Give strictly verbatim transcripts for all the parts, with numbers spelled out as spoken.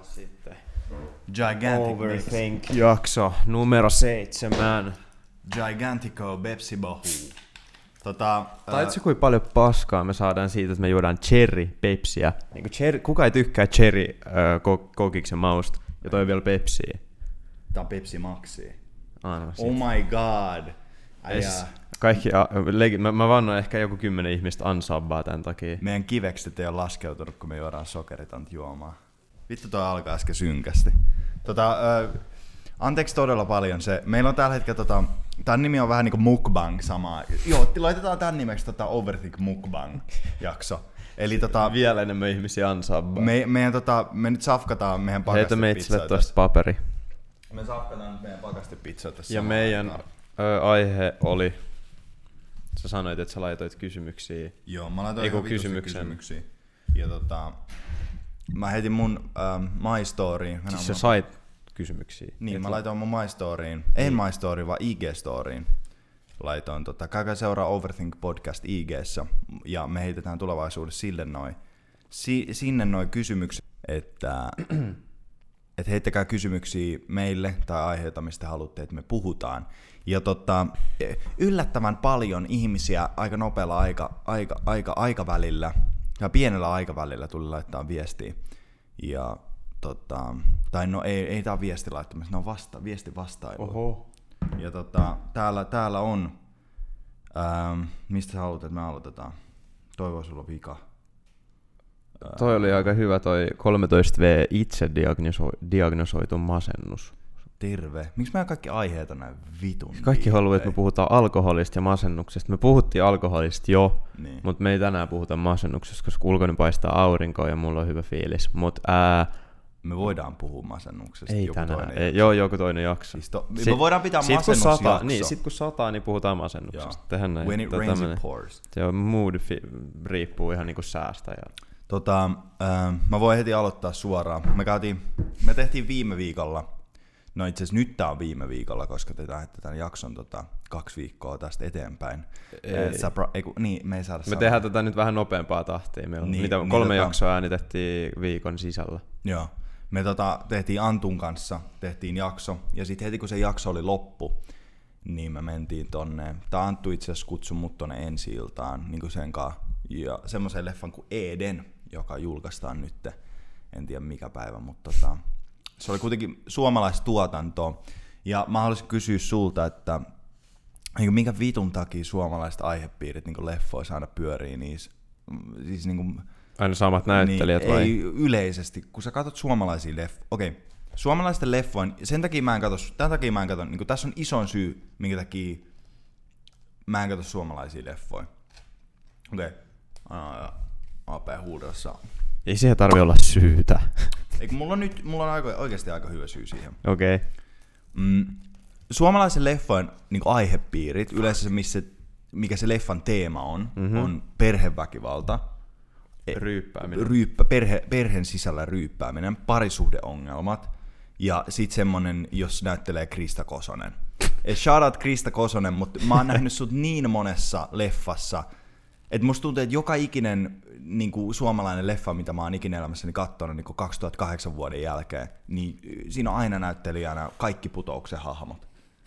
sitten. Gigantic Overthink-jakso numero seitsemän. Gigantico Bepsi Bahu. Tota, Taitsi kuin paljon paskaa me saadaan siitä, että me juodaan cherry pepsiä. Niin cherry, kuka ei tykkää cherry äh, kokiksen mausta ja toi vielä pepsiä. Tää on Pepsi Maxi. Ah, no, oh my god. Yes. Kaikki, uh, mä, mä vannoin ehkä joku kymmenen ihmistä ansabbaa tän takia. Meidän kivekset ei ole laskeutunut, kun me juodaan sokeritonta juomaa. Vittu toi alkaa äsken synkästi. Tota, uh, anteeksi todella paljon se. Meillä on tällä hetkellä, tota, tän nimi on vähän niinku mukbang samaa. Joo, laitetaan tän nimeksi tota Overthink Mukbang jakso. Eli tota, vielä enemmän ihmisiä ansabbaa. Me, meidän, tota, me nyt safkataan meidän pakastepizzoja. Heitä meitsille tosta paperi. Me safkataan nyt meidän pakastepizzoja tässä. Ja meidän ö, aihe oli, sä sanoit, että sä laitoit kysymyksiä. Joo, mä laitoin ihan kysymyksiä. Ja tota, mä heitin mun ähm, My Storyin. Siis sä sait kysymyksiä? Niin, mä laitoin mun My Storyin. Ei My Storyin, vaan I G-storyin. Laitoin tota, käykää seuraa Overthink Podcast I G:ssä. Ja me heitetään tulevaisuudessa sille noin. Si- sinne noin kysymykset, että et heittäkää kysymyksiä meille tai aiheita, mistä haluatte, että me puhutaan. Ja tota, yllättävän paljon ihmisiä aika nopealla aika, aika, aika, aikavälillä ja pienellä aikavälillä tuli laittaa viestiä. Ja tota, tai no ei, ei tää viesti laittamassa, ne on vasta, viesti vastailu. Oho. Ja tota, täällä, täällä on, ähm, mistä sä haluat, että me aloitetaan? Toi voisi olla vika. Toi oli aika hyvä toi kolmetoista vuotias itse diagnoso- diagnosoitu masennus. Terve. Miksi meidän kaikki aiheita näin vitun? Kaikki haluaa, että me puhutaan alkoholista ja masennuksesta. Me puhuttiin alkoholista jo, niin. Mutta me ei tänään puhuta masennuksesta, koska ulkona paistaa aurinkoa ja mulla on hyvä fiilis. Mut ää, me voidaan puhua masennuksesta. Ei joku tänään. Ei, joo, joku toinen jakso. Siis to, me sit, voidaan pitää masennusjakso. Sata, niin, sit kun sataa, niin puhutaan masennuksesta. Tehdään näin. When it rains, it pours. Se on mood fi- riippuu ihan niinku säästä. Ja Tota, äh, mä voin heti aloittaa suoraan. Me, käytiin, me tehtiin viime viikolla, no itse asiassa nyt tää on viime viikolla, koska te lähdette tämän jakson tota, kaksi viikkoa tästä eteenpäin. Ei. Sabra, ei, kun, niin, me ei saada me saada. tehdään tätä nyt vähän nopeampaa tahtia. Me on, niin, mitä, niin, kolme tota, jaksoa äänitettiin viikon sisällä. Joo. Me tota, tehtiin Antun kanssa, tehtiin jakso, ja sitten heti kun se jakso oli loppu, niin me mentiin tonne. Tää Anttu itse asiassa kutsui mut tonne ensi-iltaan, niin kuin sen kanssa, ja semmoisen leffan kuin Eden, joka julkaistaan nyt, en tiedä mikä päivä, mutta tota, se oli kuitenkin suomalaistuotanto. Ja mä haluaisin kysyä sulta, että niin minkä vitun takia suomalaiset aihepiirit niin leffoissa aina pyörii niissä? Siis, niin kuin, aina samat näyttelijät niin, vai? Ei yleisesti, kun sä katsot suomalaisia leffoja, okei, okay, suomalaisten leffoja, sen takia mä en katso, tämän takia mä en katso, niin tässä on isoin syy, minkä takia mä en katso suomalaisia leffoja. Okei, okay. A P huudossa. Ei siihen tarvi olla syytä. Eikö mulla on nyt, mulla on aika, oikeasti aika hyvä syy siihen. Okei. Okay. Mm, suomalaisen leffan niin aihepiirit, yleensä se, missä, mikä se leffan teema on, mm-hmm. on perheväkivalta. Ryyppääminen. Ryyppä, perhe, perheen sisällä ryyppääminen, parisuhdeongelmat ja sit semmonen, jos näyttelee Krista Kosonen. Et shout out Krista Kosonen, mutta mä oon nähnyt sut niin monessa leffassa, että musta tuntuu, että joka ikinen niin kuin suomalainen leffa, mitä mä oon ikinä elämässäni katsonut niin kuin kaksituhattakahdeksan vuoden jälkeen, niin siinä on aina näyttelijänä kaikki Putouksen hahmot.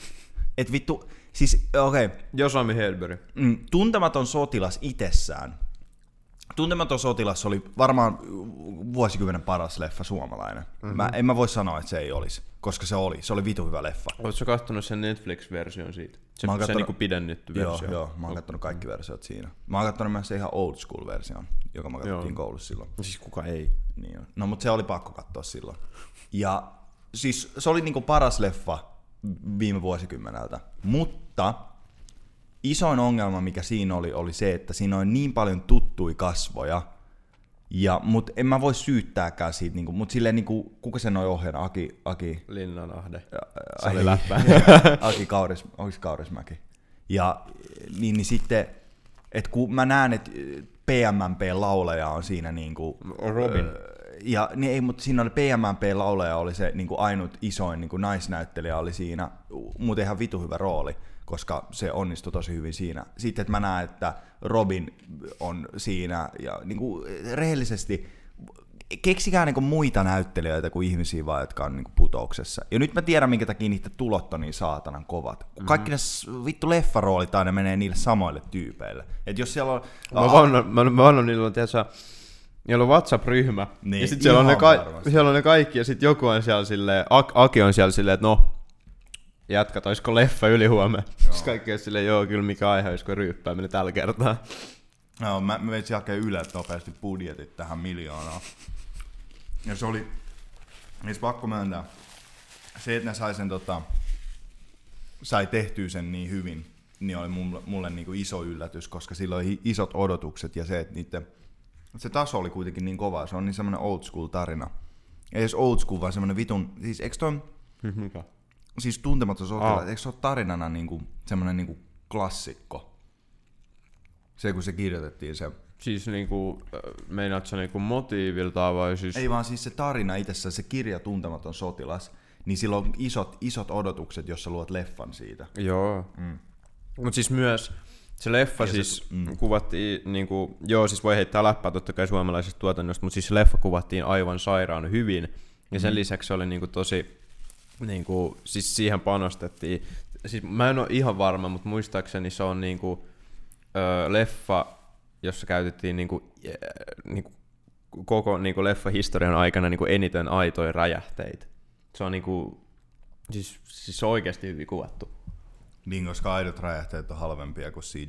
Et vittu, siis okei. Okay. Josami Hedberg. Mm, Tuntematon sotilas itsessään. Tuntematon sotilas oli varmaan vuosikymmenen paras leffa suomalainen. Mm-hmm. Mä, en mä voi sanoa, että se ei olisi, koska se oli. Se oli vitu hyvä leffa. Oletko kattonut sen Netflix-version siitä? Se, kattonut, se niinku pidennetty versio. Joo, joo, mä oon kattonut kaikki versiot siinä. Mä oon kattonut myös se ihan old school version, joka mä katsottiin koulussa silloin. Siis kuka ei? Niin on. No mut se oli pakko katsoa silloin. Ja siis se oli niinku paras leffa viime vuosikymmeneltä. Mutta isoin ongelma, mikä siinä oli, oli se, että siinä on niin paljon tuttui kasvoja, ja, mut en mä voi syyttääkään siitä, niinku, mut silleen niinku, kuka sen on ohjana? Aki, Aki... Linnanahde. Se oli läppä. Aki Kauris, Aki Kaurismäki. Ja niin, niin sitten, että kun mä näen, että P M M P-lauleja on siinä niinku... Robin. Ja niin ei, mutta siinä oli P M M P-lauleja oli se niinku ainut isoin niinku naisnäyttelijä oli siinä, muuten ihan vitu hyvä rooli, koska se onnistui tosi hyvin siinä. Sitten, että mä näen, että Robin on siinä, ja niin kuin rehellisesti, keksikää niinku muita näyttelijöitä kuin ihmisiä vaan, jotka on niinku putouksessa. Ja nyt mä tiedän, minkä takia niitä tulot on niin saatanan kovat. Mm-hmm. Kaikki ne vittu leffaroolit aina menee niille samoille tyypeille. Et jos siellä on... Mä vannon, mä, mä vannon niillä on, tiedätkö, niillä on WhatsApp-ryhmä, niin, ja sit siellä on, ne ka- siellä on ne kaikki, ja sit joku on siellä silleen, Ak- Aki on siellä silleen, että no, jatkat, olisiko leffa yli huomenna? Sitten kaikki on silleen, joo, kyllä mikä aihe, olisiko ryyppääminen tällä kertaa. No, mä, mä veitsin hakea Yle nopeasti budjetit tähän miljoonaan. Ja se oli, siis pakko myöntää, se, että ne sai sen tota, sai tehtyä sen niin hyvin, niin oli mulle, mulle niinku iso yllätys, koska sillä oli isot odotukset ja se, että niiden, se taso oli kuitenkin niin kova, se on niin semmoinen old school tarina. Ei edes old school, vaan semmoinen vitun, siis eikö toi, mikä? Siis Tuntematon sotilas, oh. Eikö se ole tarinana niinku, semmoinen niinku klassikko? Se kun se kirjoitettiin se. Siis niinku, meinaat sä niinku motiiviltaan vai siis? Ei vaan siis se tarina itsessään, se kirja Tuntematon sotilas, niin sillä on isot, isot odotukset, jos sä luot leffan siitä. Joo. Mm. Mut siis myös se leffa ja siis se, mm. kuvattiin, niinku, joo siis voi heittää läppää totta kai suomalaisesta tuotannosta, mutta siis se leffa kuvattiin aivan sairaan hyvin. Ja sen mm. lisäksi se oli niinku tosi, niinku, siis siihen panostettiin. Siis mä en ole ihan varma, mutta muistaakseni se on niinku, öö, leffa, jossa käytettiin niinku, äh, niinku, koko niinku leffahistorian aikana niinku eniten aitoja räjähteitä. Se on niinku, siis, siis se on oikeasti hyvin kuvattu. Niin, koska aidot räjähteet on halvempia kuin C G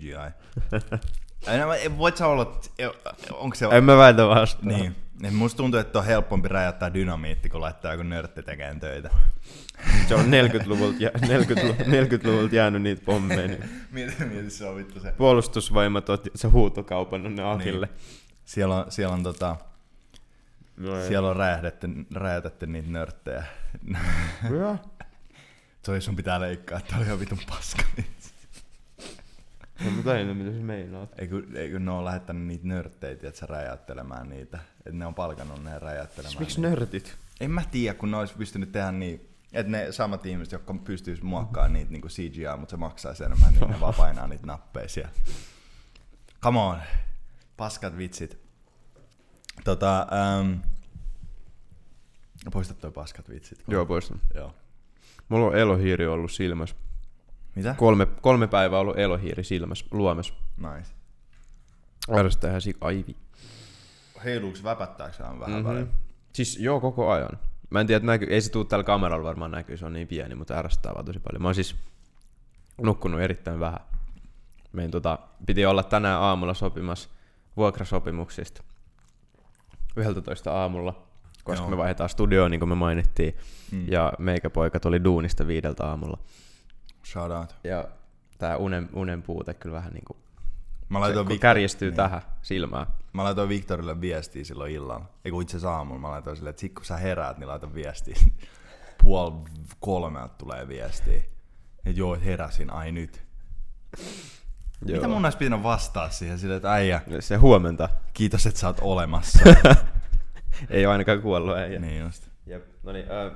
I. Voit sä olla, onko se... En mä väitä vastaan. Niin, musta tuntuu, että on helpompi räjäyttää dynamiitti, kun laittaa joku nörtti tekemään töitä. Se on neljäkymmentäluvulta, jä, neljäkymmentäluvulta jäänyt niitä pommeja. Niin. Mieti, mieti se on vittu se. Puolustusvoimat on se huutokaupan on ne Akille. Niin. Siellä on, siellä on, tota, no siellä on räjähdetty, räjähdetty niitä nörttejä. Joo. Toi sun pitää leikkaa, että oli ihan vitun paska. No mutta ei ne, mitä sä meinaat. Eikö, eikö ne on lähettänyt niitä nörttejä, että sä räjäyttelemään niitä. Että ne on palkannut ne räjäyttelemään. Miksi niitä. Nörtit? En mä tiedä, kun ne olisi pystynyt tehdä niin, että ne samat ihmiset, jotka pystyisi muokkaamaan niitä niin kuin C G I, mutta se maksaisi enemmän, niin ne vaan painaa niitä nappeja siellä. Come on. Paskat vitsit. Tota, ähm, poista toi paskat vitsit. Joo, poistan. Joo. Mulla on elohiiri ollut silmässä. Mitä? Kolme, kolme päivää ollut elohiiri silmässä, luomessa. Nice. Ärsyttää ihan sik... Aivi. Heiluuks väpättääks vähän Mm-hmm. väliin? Siis joo, koko ajan. Mä en tiedä, että näkyy, ei se tuu tällä kameralla varmaan näkyy, se on niin pieni, mutta ärsyttää vaan tosi paljon. Mä oon siis nukkunut erittäin vähän. Meidän tota, piti olla tänään aamulla sopimassa vuokrasopimuksista yksitoista aamulla, koska joo. Me vaihdetaan studioon, niin kuin me mainittiin, mm. ja meikäpoika tuli duunista viideltä aamulla. Shout out. Ja tää unen, unen puute kyllä vähän niinku mä se, Victor, kärjistyy niin. tähän silmään. Mä laitoin Victorille viestiä silloin illalla. Eiku itse asiassa aamulla mä laitoin silleen, että sit kun sä heräät, niin laitoin viestiä. Puol kolmelta tulee viestiä. Että joo, heräsin, ai nyt. Joo. Mitä mun olisi pitänyt vastaa siihen silleen, että äijä. Se huomenta. Kiitos, että sä oot olemassa. Ei oo ainakaan kuollut äijä. Niin just. Jep. Noniin, äh.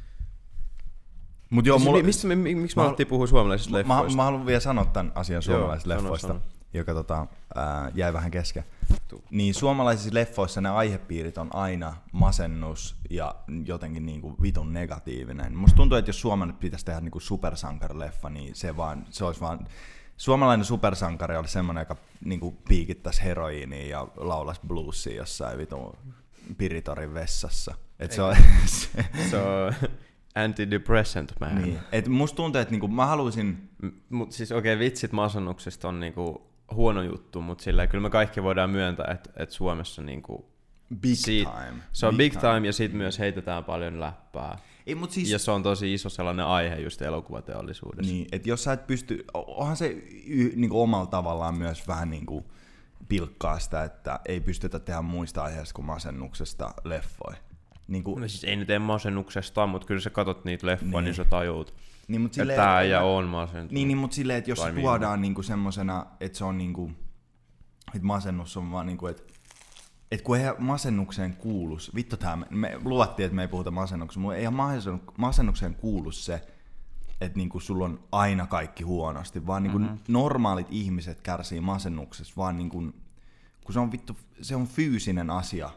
Mut joo, siis, mulla... mistä me, miksi me alettiin puhua suomalaisista leffoista? Mä, mä haluan vielä sanoa tämän asian suomalaisista joo, leffoista, sano, sano. joka tota, ää, jäi vähän kesken. Niin suomalaisissa leffoissa ne aihepiirit on aina masennus ja jotenkin niinku vitun negatiivinen. Musta tuntuu, että jos Suomen pitäisi tehdä niinku supersankarileffa, niin se, vaan, se olisi vaan... Suomalainen supersankari oli semmoinen, joka niinku piikittäisi heroiiniin ja laulaisi bluesia jossain vitun Piritorin vessassa. Et se on... se on antidepressant man. Niin. Et musta tuntuu, että niinku mä haluaisin... Mut siis okei, okay, vitsit masennuksesta on niinku huono juttu, mutta sillä kyllä me kaikki voidaan myöntää, että et Suomessa niinku... Big siitä, time. Se on big, big time, time ja siitä mm. myös heitetään paljon läppää. Ei, mut siis... Ja se on tosi iso sellainen aihe just elokuvateollisuudessa. Niin, että jos sä et pysty... Onhan se y, niinku omalla tavallaan myös vähän niinku pilkkaa sitä, että ei pystytä tehdä muista aiheista kuin masennuksesta leffoja. Niin kuin... No siis ei nyt tee masennuksesta, mutta kyllä sä katot niitä leffoja, niin, niin sä tajut, niin, että silleen, tää ja on masentunut. Niin, niin mutta silleen, että jos se tuodaan niinku semmosena, että se on niinku, että masennus on vaan niinku, että et kun eihän masennukseen kuulu, vittu tää, me luvattiin, että me ei puhuta masennuksesta, mutta eihän masennukseen kuulu se, että niinku sulla on aina kaikki huonosti, vaan niinku mm-hmm. normaalit ihmiset kärsii masennuksesta, vaan niinku, kun se on vittu, se on fyysinen asia.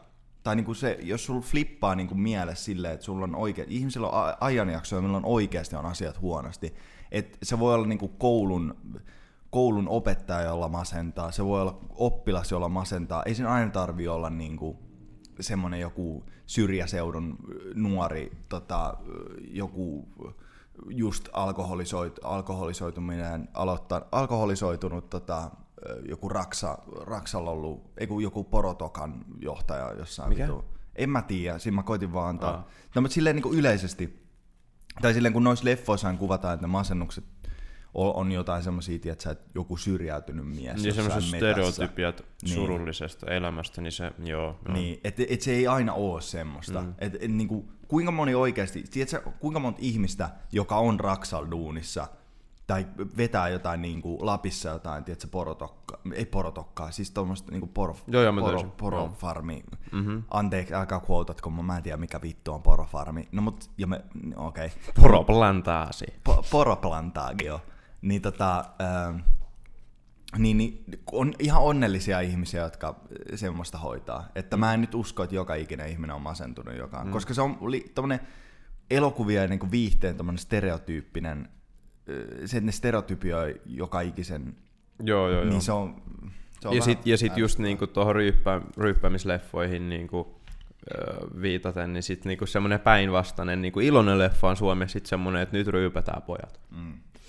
tai niinku se, jos sulla flippaa niinku mielessä silleen, että sulla on oikein, ihmisillä on ajanjaksoja, milloin oikeasti on asiat huonosti. Että se voi olla niinku koulun, koulun opettaja, jolla masentaa, se voi olla oppilas, jolla masentaa. Ei siinä aina tarvitse olla niinku semmoinen joku syrjäseudun nuori, tota, joku just alkoholisoit, alkoholisoituminen, aloittaa, alkoholisoitunut tota, joku Raksa, Raksalla ollut, ei kun joku Porotokan johtaja jossain. Mikä? Vitu. En mä tiedä, siinä mä koitin vaan antaa. Aa. No, mutta silleen niin kuin yleisesti, tai silleen kun noissa leffoissaan kuvataan, että ne masennukset on, on jotain semmosia, että että joku syrjäytynyt mies niin jossain semmoiset metässä. stereotypiat Niin. surullisesta elämästä, niin se, joo. joo. Niin, että et se ei aina oo semmoista. Mm. Et, et, niinku, kuinka moni oikeasti, tiedätkö, kuinka monta ihmistä, joka on Raksal duunissa, tai vetää jotain niinku Lapissa jotain, tiedätkö, porotokkaa, ei porotokkaa, siis tuommoista niinku poro, joo, joo, poro, joo. porofarmi. Mm-hmm. Anteeksi, älkää quotatko, mä en tiedä mikä vittu on porofarmi. No mut, ja me, okei. Okay. Poroplantaasi. Po, poroplantaagio. Niin tota, ähm, niin, niin on ihan onnellisia ihmisiä, jotka semmoista hoitaa. Että mä en nyt usko, että joka ikinen ihminen on masentunut jokaan. Mm. Koska se on li, tommonen elokuvia ja niin viihteen tommonen stereotyyppinen, se, että ne stereotypioi joka ikisen, Joo, joo, niin joo. se on... Se on ja sitten ja sit just niinku tuohon ryyppä, ryyppäämisleffoihin niinku, öö, viitaten, niin sitten niinku semmoinen päinvastainen niinku iloinen leffa on Suomessa sitten semmoinen, että nyt ryypätään pojat. Mm.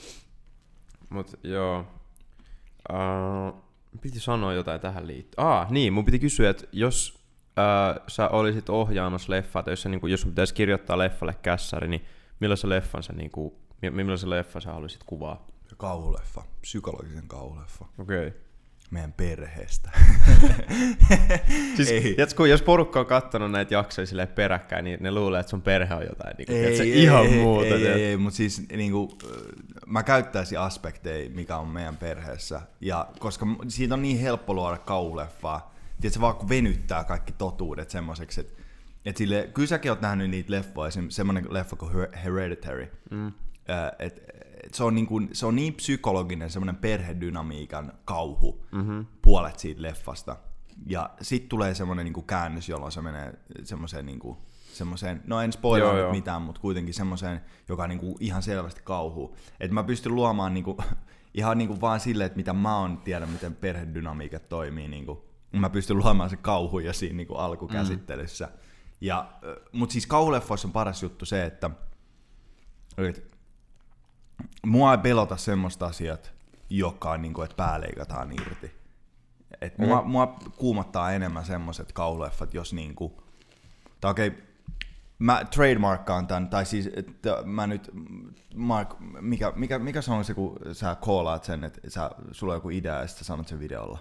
Mut joo... Uh, piti sanoa jotain tähän liittyen. Ah, niin, mun piti kysyä, että jos uh, sä olisit ohjaamassa leffaa, tai jos, sä, niin jos sun pitäisi kirjoittaa leffalle kässäri, niin millaisen leffan sä, niin kuin, millaisen leffan sä haluaisit kuvaa? Kauhuleffa, psykologisen kauhuleffa. Okei. Okay. Meidän perheestä. Siis, jatsko, jos porukka on kattonut näitä jaksoja silleen peräkkäin, niin ne luulee, että sun perhe on jotain niin kuin, ei, ei, ihan ei, muuta. Ei, ei, ei, mutta siis niin kuin, mä käyttäisin aspekteja, mikä on meidän perheessä. Ja koska siitä on niin helppo luoda kauhuleffaa, että se vaan kun venyttää kaikki totuudet semmoiseksi, että, että sille, kyllä säkin oot nähnyt niitä leffoja, semmoinen leffa kuin Hereditary. Mm. Että et se, on niin kuin, se on niin psykologinen semmoinen perhedynamiikan kauhu, mm-hmm. puolet siitä leffasta. Ja sit tulee semmoinen niin kuin käännös, jolloin se menee semmoiseen, niin kuin, semmoiseen no en spoilaa nyt mitään, mutta kuitenkin semmoiseen, joka on niin kuin ihan selvästi kauhu. Että mä pystyn luomaan niin kuin, ihan niin kuin vaan silleen, että mitä mä oon tiedä, miten perhedynamiikat toimii. Niin kuin, mä pystyn luomaan se kauhuja siinä niin kuin alkukäsittelyssä. Mm. Ja, mutta siis kauhuleffoissa on paras juttu se, että et, mua ei pelota semmoista asiat, joka on niin kuin, että pää leikataan irti. Et mua, mm. mua kuumottaa enemmän semmoiset kauhuleffat, jos niinku... Tai okei, okay, mä trademarkkaan tän, tai siis, että mä nyt... Mark, mikä, mikä, mikä se on se, kun sä callaat sen, että sä, sulla on joku idea ja sitten sä sanot sen videolla?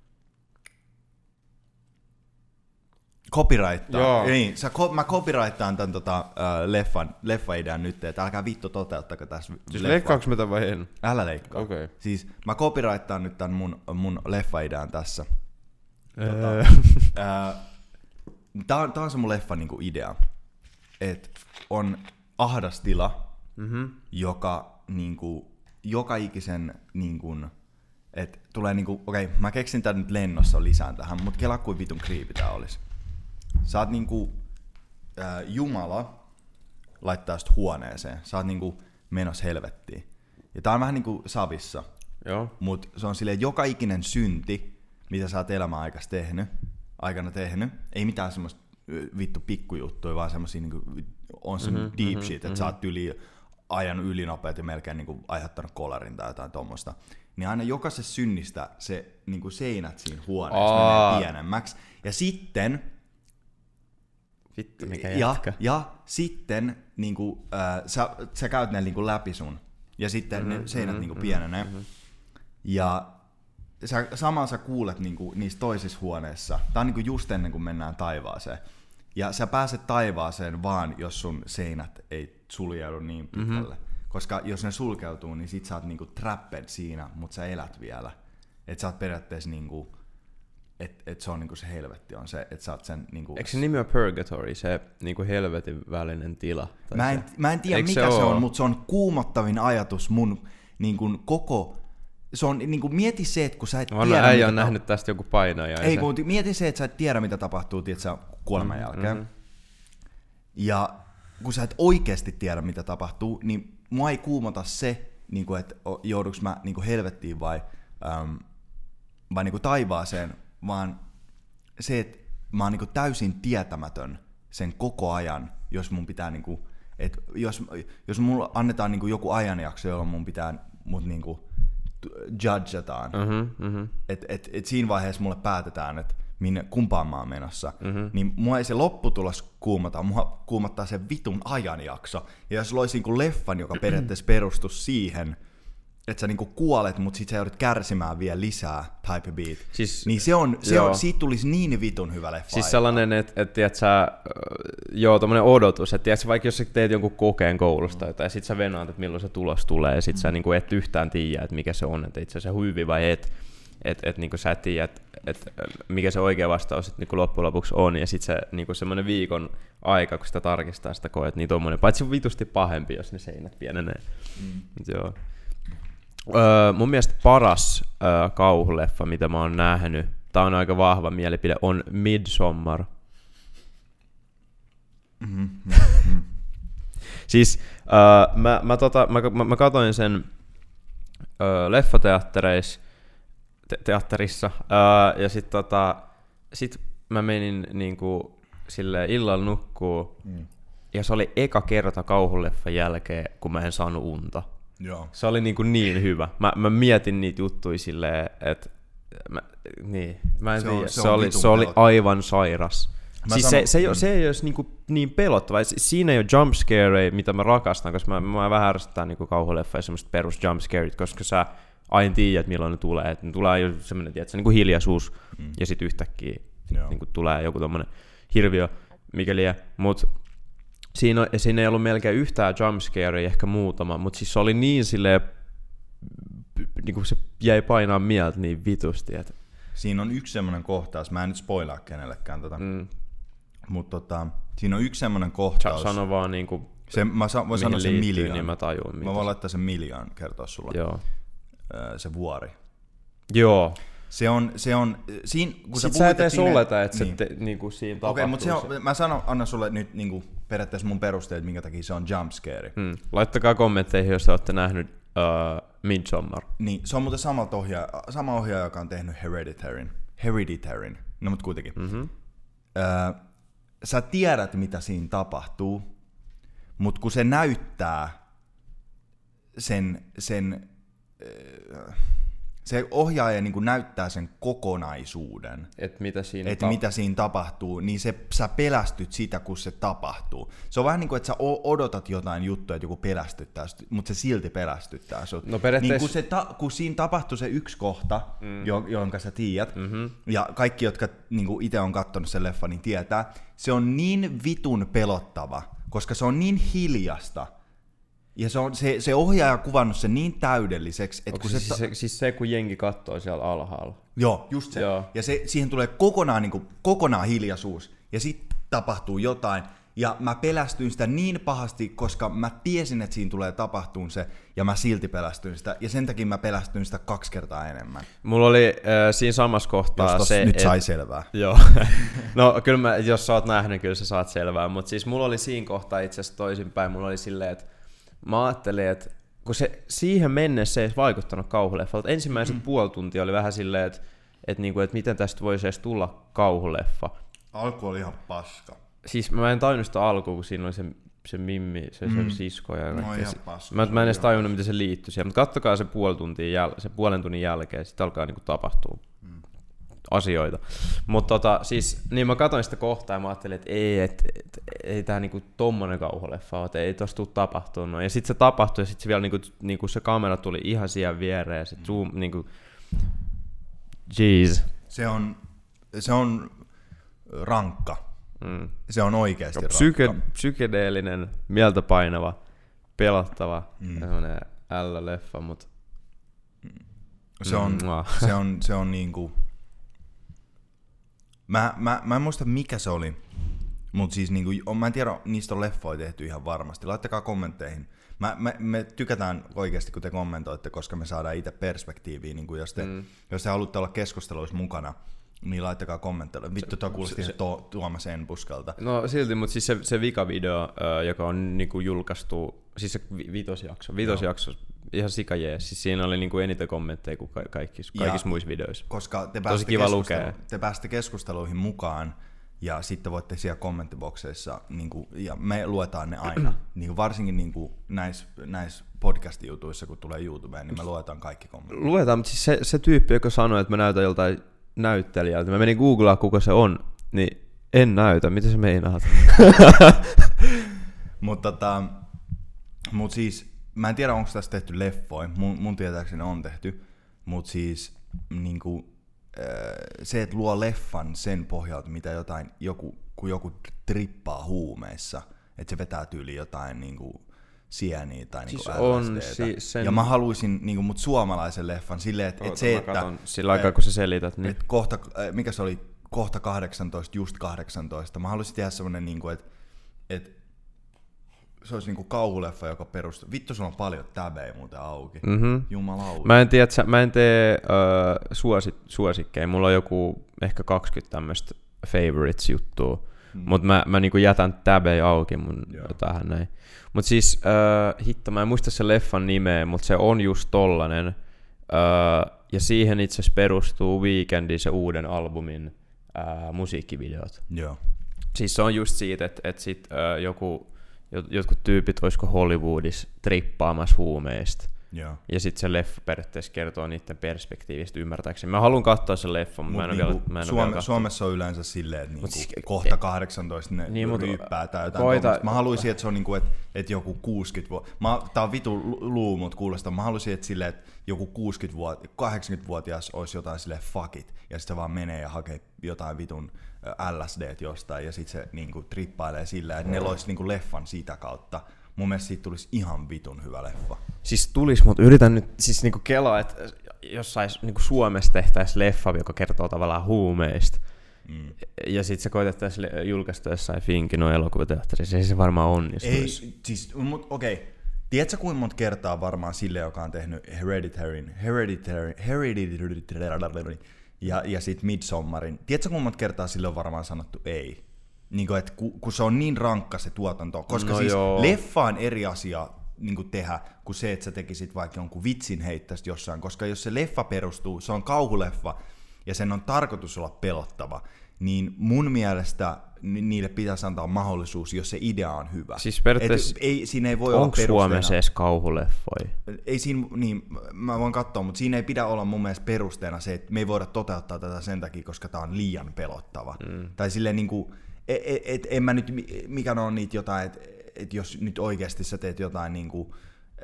Copyrighttaa. Niin, sä, mä copyrighttaan tän tota, uh, leffan, leffa-idean nyt, että älkää vittu toteuttako tässä siis leikkaanko mä tän vai en? Älä leikkaa. Okay. Siis mä copyrighttaan nyt tän mun, mun leffa-idean tässä. Tota, uh, tää, on, tää on se mun leffan niinku idea. Et on ahdas tila, mm-hmm. joka niinku, joka ikisen niinku, et tulee niinku, okei, okay, mä keksin tän nyt lennossa lisään tähän, mut kelaa kuin vitun creepy tää olis. Sä oot niinku äh, Jumala laittaa sut huoneeseen. Sä oot niinku menos helvettiin. Ja tää on vähän niinku Savissa. Joo. Mut se on silleen, joka ikinen synti, mitä sä oot elämän aikana tehnyt, aikana tehnyt, ei mitään semmoista vittu pikkujuttuja, vaan semmosia niinku, on se mm-hmm, deep mm-hmm, shit, että mm-hmm. sä oot yli, ajanut ylinopeet ja melkein niinku aiheuttanut kolarin tai jotain tommoista. Niin aina jokaisessa synnistä se niinku seinät siinä huoneessa Aa. menee pienemmäksi. Ja sitten... Vittu, mikä ja, jätkä. ja sitten niinku, äh, sä, sä käyt ne niinku läpi sun. Ja sitten mm-hmm, ne seinät mm-hmm, niinku pienenee. Mm-hmm. Ja sä, samalla sä kuulet niinku, niissä toisissa huoneissa. Tää on niinku just ennen kuin mennään taivaaseen. Ja sä pääset taivaaseen vaan, jos sun seinät ei suljeudu niin pitkälle. Mm-hmm. Koska jos ne sulkeutuu, niin sit sä oot niinku trapped siinä, mutta sä elät vielä. Et sä oot periaatteessa niinku... Että et se on niinku se helvetti on se, että sä oot sen niinku... Eikö se nimi on purgatory, se niinku helvetin välinen tila? Mä en, mä en tiedä Eikö mikä se, se on, mutta se on kuumottavin ajatus mun niinku koko se on niinku, mieti se, että kun sä et on, tiedä... Äijä on ta- nähnyt tästä joku painaja. Ei, kun mieti se, että sä et tiedä, mitä tapahtuu, tietsä, kuoleman mm, jälkeen. Mm-hmm. Ja kun sä et oikeasti tiedä, mitä tapahtuu, niin mua ei kuumota se, niinku, että jouduks mä niinku helvettiin vai, äm, vai niinku taivaaseen, vaan se, että mä oon niinku täysin tietämätön sen koko ajan, jos mun pitää niinku, et jos, jos mulla annetaan niinku joku ajanjakso, jolloin mun pitää mut niinku judgetaan, mm-hmm, mm-hmm. että et, et siinä vaiheessa mulle päätetään, että minne kumpaan mä oon menossa, mm-hmm. niin mua ei se lopputulos kuumata, mua kuumattaa se vitun ajanjakso. Ja jos loisi niinku leffan, joka periaatteessa perustus siihen, että sä niinku kuolet, mutta sit sä joudut kärsimään vielä lisää, type beat. Siis, niin se on, se on, siitä tulisi niin vitun hyvä leffa. Siis sellainen, että et, et, sä, joo, tommonen odotus, että tiedät, vaikka jos sä teet jonkun kokeen koulusta, mm. ja sit sä venaat, että milloin se tulos tulee, ja sit mm. sä niinku et yhtään tiedä, että mikä se on, että itse asiassa hyvin vai et, että et, niinku sä et tiedä, että et, mikä se oikea vastaus sit, niinku loppujen lopuksi on, ja sit se niinku semmonen viikon aika, kun sitä tarkistaa sitä koet, niin tommonen, paitsi vitusti pahempi, jos ne seinät pienenee. Mm. Joo. Öö, mun mielestä paras öö, kauhuleffa, mitä mä oon nähnyt, tää on aika vahva mielipide, on Midsommar. Mm-hmm. Mm-hmm. Siis öö, mä, mä, tota, mä, mä, mä katoin sen öö, leffateattereissa, te- teatterissa, öö, ja sit, tota, sit mä menin niinku, silleen illalla nukkuu, mm. ja se oli eka kerta kauhuleffan jälkeen, kun mä en saanut unta. Joo. Se oli niin, kuin niin hyvä. Mä, mä mietin niitä juttuja silleen, että mä, niin, mä en se, tiedä. On, se, se, oli, se oli aivan sairas. Siis sanon, se, se, ei, se ei olisi niin, kuin niin pelottava. Siinä ei ole jumpscareja, mitä mä rakastan, koska mä, mä vähän ärsyttää niin kauhuleffa ja semmoista perus jumpscareit, koska sä aina tiedät, milloin ne tulee. Et ne tulee jo semmoinen, tiedätkö, niin kuin hiljaisuus, mm. ja sitten yhtäkkiä niin kuin tulee joku tommonen hirviö, mikä liian. Mut Siinä, on, siinä ei ollut melkein yhtään jumpscarea, ehkä muutama, mutta siis se oli niin silleen, niin kuin se jäi painaa mieltä niin vitusti. Että... Siinä on yksi semmoinen kohtaus, mä en nyt spoilaa kenellekään tätä, mm. mutta tota, siinä on yksi semmoinen kohtaus. Sano vaan niin kuin, se, mä sa- voin sanoa sen liittyy, Miljan. Niin mä tajun. Mä voin laittaa sen Miljan kertoa sulle. Joo. Se vuori. Joo. Se on, se on, siinä, kun Sitten sä, sä et edes siinä, oleta, että niin. se te, niinku siinä tapahtuu. Okei, mutta se on, mä sanon, annan sulle nyt niinku, periaatteessa mun perusteet, minkä takia se on jumpscare. Hmm. Laittakaa kommentteihin, jos te olette nähnyt uh, Midsommar. Niin, se on muuten samalta ohjaaja, sama ohjaaja, joka on tehnyt Hereditaryn. Hereditaryn. No mut kuitenkin. Mm-hmm. Öö, sä tiedät, mitä siinä tapahtuu, mut kun se näyttää sen, sen öö, se ohjaaja niin kuin näyttää sen kokonaisuuden, että mitä, et tap- mitä siinä tapahtuu, niin se, sä pelästyt sitä, kun se tapahtuu. Se on vähän niin kuin, että sä odotat jotain juttua, että joku pelästyttää, mutta se silti pelästyttää sut. No periaatteessa... niin kun, se ta- kun siinä tapahtuu se yksi kohta, mm. jo- jonka sä tiedät, mm-hmm. ja kaikki, jotka niin itse on katsonut sen leffan, niin tietää, se on niin vitun pelottava, koska se on niin hiljasta. Ja se, on, se, se ohjaaja on kuvannut sen niin täydelliseksi, että kun se... Siis se, ta- siis se, kun jengi katsoo siellä alhaalla. Joo, just se. Joo. Ja se, siihen tulee kokonaan, niin kuin, kokonaan hiljaisuus, ja sitten tapahtuu jotain. Ja mä pelästyin sitä niin pahasti, koska mä tiesin, että siinä tulee tapahtuun se, ja mä silti pelästyin sitä. Ja sen takia mä pelästyin sitä kaksi kertaa enemmän. Mulla oli äh, siinä samassa kohtaa jos se... nyt et... sai selvää. Joo. No kyllä mä, jos sä oot nähnyt, kyllä sä saat selvää. Mutta siis mulla oli siinä kohtaa itse asiassa toisinpäin. Mulla oli silleen, että mä ajattelin, että kun se siihen mennessä ei vaikuttanut kauhuleffalta. Ensimmäiset mm. puoli tuntia oli vähän silleen, että, että, niinku, että miten tästä voisi edes tulla kauhuleffa. Alku oli ihan paska. Siis mä en tajunnut sitä alkuun, kun siinä oli se, se Mimmi, se, mm. se sisko. Ja no ihan paska. Mä, mä en edes tajunnut, miten se liittyy siihen. Mutta kattokaa se, puoli tuntia jäl- se puolen tunnin jälkeen, sitten alkaa niinku tapahtua mm. asioita. Mutta tota, siis, niin mä katsoin sitä kohtaa ja mä ajattelin, että ei, et, et, ei tää niinku tommonen kauhuleffa ole, että ei tossa tuu tapahtunut. Ja sit se tapahtui ja sit se vielä niinku, niinku se kamera tuli ihan siihen viereen ja sit mm. zoom niinku, jeez. Se on, se on rankka. Mm. Se on oikeesti Psyke- rankka. Psykedeellinen, mieltä painava, pelottava, mm. semmonen ällö-leffa, mut se on, mm. se on, se on niinku... Mä, mä, mä en muista mikä se oli. Mut siis niinku, mä en tiedä, niistä on leffoja tehty ihan varmasti. Laittakaa kommentteihin. Mä, me, me tykätään oikeasti, kun te kommentoitte, koska me saadaan itse perspektiiviä. Niin jos, te, mm. jos te haluatte olla keskusteluissa mukana, niin laittakaa kommentteja. Vittu, tuo kuulosti ihan to, Tuomas Enbuskalta. No silti, mutta siis se, se vika-video, äh, joka on niinku julkaistu, siis se vitosjakso, vitosjakso ihan sika jees. Siis siinä oli niinku eniten kommentteja kuin ka- kaikissa, kaikissa muissa videoissa. Koska te pääsitte, kiva lukea. te pääsitte keskusteluihin mukaan, ja sitten voitte siellä kommenttibokseissa, niinku, ja me luetaan ne aina. niinku, varsinkin niinku, näissä näis podcast-jutuissa, kun tulee YouTubeen, niin me luetaan kaikki kommentit. Luetaan, mutta siis se, se tyyppi, joka sanoi, että mä näytän joltain näyttelijältä, mä menin googlaa, kuka se on, niin en näytä. Mitä sä meinaat? Mutta tota, mut siis, mä en tiedä, onko tässä tehty leffoja. Mun, mun tietääkseni on tehty. Mutta siis, niinku, se, että luo leffan sen pohjalta, mitä jotain, joku, kun joku trippaa huumeissa, että se vetää tyyli jotain niinku sieniä tai niinku siis on, si- sen... Ja mä haluaisin niinku, mut suomalaisen leffan silleen, että et se, että... Sillä aikaa, kun sä selität, niin... Et kohta, mikä se oli, kohta kahdeksantoista, just kahdeksantoista. Mä haluaisin tehdä semmonen, niinku, että et, se olisi niinku kauhuleffa, joka perustuu... Vittu, sulla on paljon täbejä muuten auki. Mm-hmm. Jumalauta. Mä en tiedä, mä en tee uh, suosi, suosikkeja. Mulla on joku ehkä kaksikymmentä tämmöistä favorites-juttua. Mm. Mut mä, mä niinku jätän täbejä auki mun tähän näin. Mut siis, uh, hitto, mä en muista sen leffan nimeä, mut se on just tollanen. Uh, ja siihen itse asiassa perustuu Weekendin se uuden albumin uh, musiikkivideot. Joo. Siis se on just siitä, että et sit uh, joku... Jotkut tyypit olisiko Hollywoodissa trippaamassa huumeista. Joo. Ja sitten se leffa periaatteessa kertoo niiden perspektiivistä ymmärtääkseni. Mä haluan katsoa sen leffan, mutta mä en niinku, ole vielä, Suome, vielä Suomessa on yleensä silleen, että niinku siis, kohta kahdeksantoista ne niin, ryyppää tai jotain. koita, mä haluaisin, että se on niinku, että et joku kuusikymmentä vuotta. Tää on vitu luu, mut kuulostaa. Mä haluaisin, että silleen, että joku kuusikymmentä kahdeksankymmentävuotias olisi jotain silleen fuck it. Ja sitten se vaan menee ja hakee jotain vitun L S D:t jostain ja sitten se niinku trippailee sillä, että ne loisi niinku leffan sitä kautta. Mun mielestä siitä tulisi ihan vitun hyvä leffa. Siis tulis, mutta yritän nyt siis niinku kelaa, että jossain niinku Suomessa tehtäisiin leffa, joka kertoo tavallaan huumeista. Mm. Ja sit se koitettaisiin julkaista jossain Finkin elokuvateatterissa. Ei se varmaan onnistuisi. Ei, siis, mut okei. Okay. Tiedätkö kuinka monta kertaa varmaan sille, joka on tehnyt Hereditary, Hereditary, Hereditary ja, ja sit Midsommarin. Tiedätkö kuinka monta kertaa sille on varmaan sanottu ei? Niin kuin, että kun se on niin rankka se tuotanto, koska no siis joo. leffa on eri asia niin kuin tehdä kuin se, että sä tekisit vaikka jonkun vitsin heittäisit jossain, koska jos se leffa perustuu, se on kauhuleffa ja sen on tarkoitus olla pelottava, niin mun mielestä niille pitäisi antaa mahdollisuus, jos se idea on hyvä. Siis periaatteessa, ei, siinä ei voi olla onko Suomessa edes kauhuleffoja? Ei siinä, niin, mä voin katsoa, mutta siinä ei pidä olla mun mielestä perusteena se, että me ei voida toteuttaa tätä sen takia, koska tää on liian pelottava. Mm. Tai silleen niinku, et, et, et, en mä nyt, mikä on niitä jotain, että et jos nyt oikeasti sä teet jotain niinku,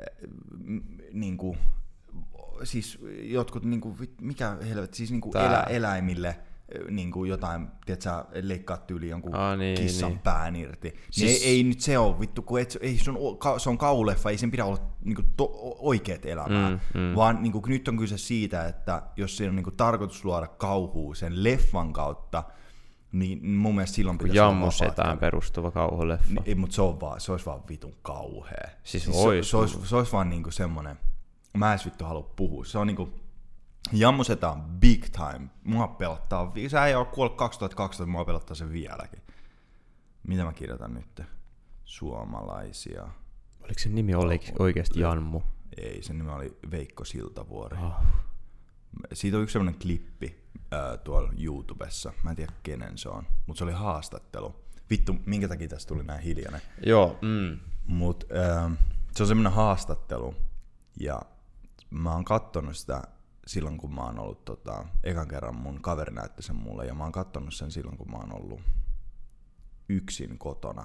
niinku siis jotkut niinku, mikä helvet, siis niinku elä, eläimille, niin kuin jotain, tiedätkö, leikkaat tyyliin jonkun ah, niin, kissan niin. pään irti. Siis... Niin ei, ei nyt se ole, vittu, kun et, ei, se, on, se on kauleffa, ei sen pidä olla niin kuin, to, oikeat elämää, mm, mm. vaan niin kuin, nyt on kyse siitä, että jos siinä on niin kuin, tarkoitus luoda kauhua sen leffan kautta, niin mun mielestä silloin pitäisi olla vapaata. Jammusetään perustuva kauhuleffa. Niin, ei, mutta se, on vaan, se olisi vaan vitun kauhea. Siis, siis ois, se, se, olisi, se olisi vaan niin kuin semmoinen, mä en vittu halua puhua, se on niin kuin, Jammuseta on big time. Mua pelottaa. Sä ei ole kuollut kaksituhattakaksitoista, mua pelottaa se vieläkin. Mitä mä kirjoitan nyt? Suomalaisia. Oliko se nimi oikeasti Jammu? Ei, sen nimi oli Veikko Siltavuori. Oh. Siitä on yksi sellainen klippi äh, tuolla YouTubessa. Mä en tiedä kenen se on, mutta se oli haastattelu. Vittu, minkä takia tästä tuli näin hiljainen? Joo. Mm. Mut äh, se on semmoinen haastattelu. Ja mä oon kattonut sitä silloin, kun mä oon ollut, tota, ekan kerran mun kaveri näytti sen mulle, ja mä oon kattonut sen silloin, kun mä oon ollut yksin kotona.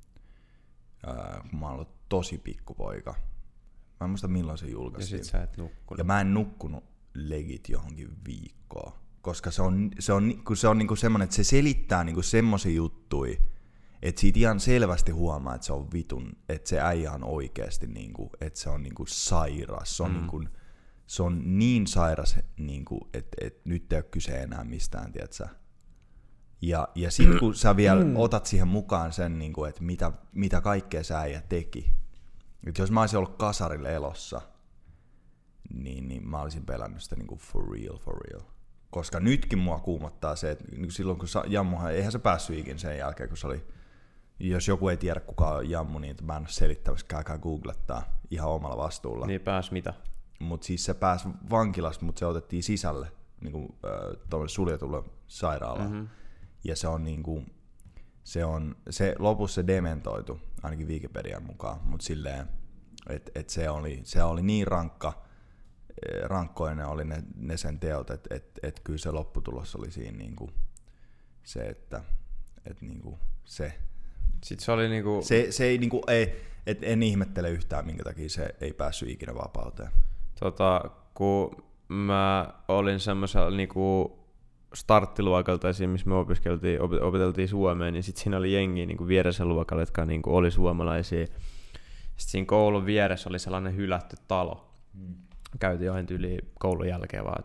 Ää, kun mä oon ollut tosi pikkupoika. Mä en muista milloin se julkaistiin. Ja sit sä et nukkunut. Ja mä en nukkunut legit johonkin viikkoon. Koska se on, se on, kun se on niinku semmonen, että se selittää niinku semmosia juttui, että siitä ihan selvästi huomaa, että se on vitun, että se äijä on oikeesti niinku, että se on niinku sairas. Se on mm. niinku, Se on niin sairas, niin kuin, että, että nyt ei ole kyse enää mistään, tiedätkö? Ja, ja sit kun sä vielä otat siihen mukaan sen, niin kuin, että mitä, mitä kaikkea sä äijä teki. Että jos mä olisin ollut kasarilla elossa, niin, niin mä olisin pelännyt sitä niin kuin for real, for real. Koska nytkin mua kuumottaa se, että silloin kun Jammuhan, eihän se päässyt ikin sen jälkeen, kun se oli, jos joku ei tiedä kuka on Jammu, niin mä en ole selittämässä, käykää googlettaa ihan omalla vastuulla. Niin pääs mitä? Mutta siis se pääsi vankilasta, mutta se otettiin sisälle niin kuin, äh, suljetulle sairaalaan. Mm-hmm. Ja se on niin kuin, se on, se lopussa se dementoitu, ainakin Wikipedian mukaan, mutta silleen, että et se, oli, se oli niin rankka, rankkoinen oli ne, ne sen teot, että et, et kyllä se lopputulos oli siinä niin kuin se, että et niin kuin se, sitten se oli niinku... Se, se ei niinku, ei, et en ihmettele yhtään, minkä takia se ei päässyt ikinä vapauteen. Tota, kun mä olin semmoisella niinku starttiluokalta esim, missä me opiskeltiin, opeteltiin suomea, niin sit siinä oli jengi niinku vieressä luokalla, jotka niinku oli suomalaisia. Sitten siinä koulun vieressä oli sellainen hylätty talo. Hmm. Käytiin aina yli koulun jälkeen vaan,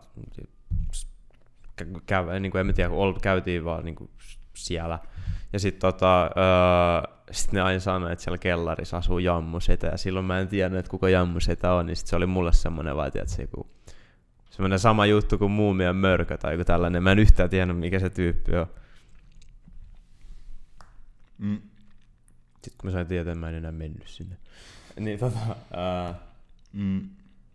käy, niinku, en mä tiedä, kun käytiin vaan niinku siellä. Ja sit tota, öö, sit ne aina sanoi, että siellä kellarissa asuu Jammusetä, ja silloin mä en tiennyt, että kuka Jammusetä on, niin sit se oli mulle semmonen vaan, tiedätkö, joku semmonen sama juttu kuin Muumien mörkö tai joku tällainen. Mä en yhtään tiennyt, mikä se tyyppi on. Mm. Sitten kun mä sain tietää, mä en enää mennyt sinne. Niin tota... Öö, mm.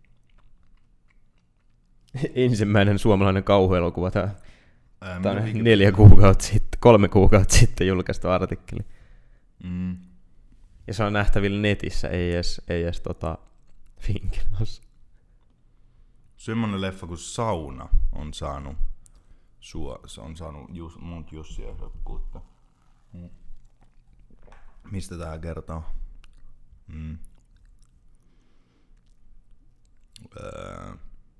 Ensimmäinen suomalainen kauhuelokuva tää. Tämä on neljä kuukautta sitten, kolme kuukautta sitten julkaistu artikkeli. Mm. Ja se on nähtävillä netissä, ei edes, ei edes tota Finkinossa. Semmoinen leffa kuin Sauna on saanut, sua, se on saanut just, mut Jussi ehdokkuutta. Mm. Mistä tää kertoo? Mm. Öö.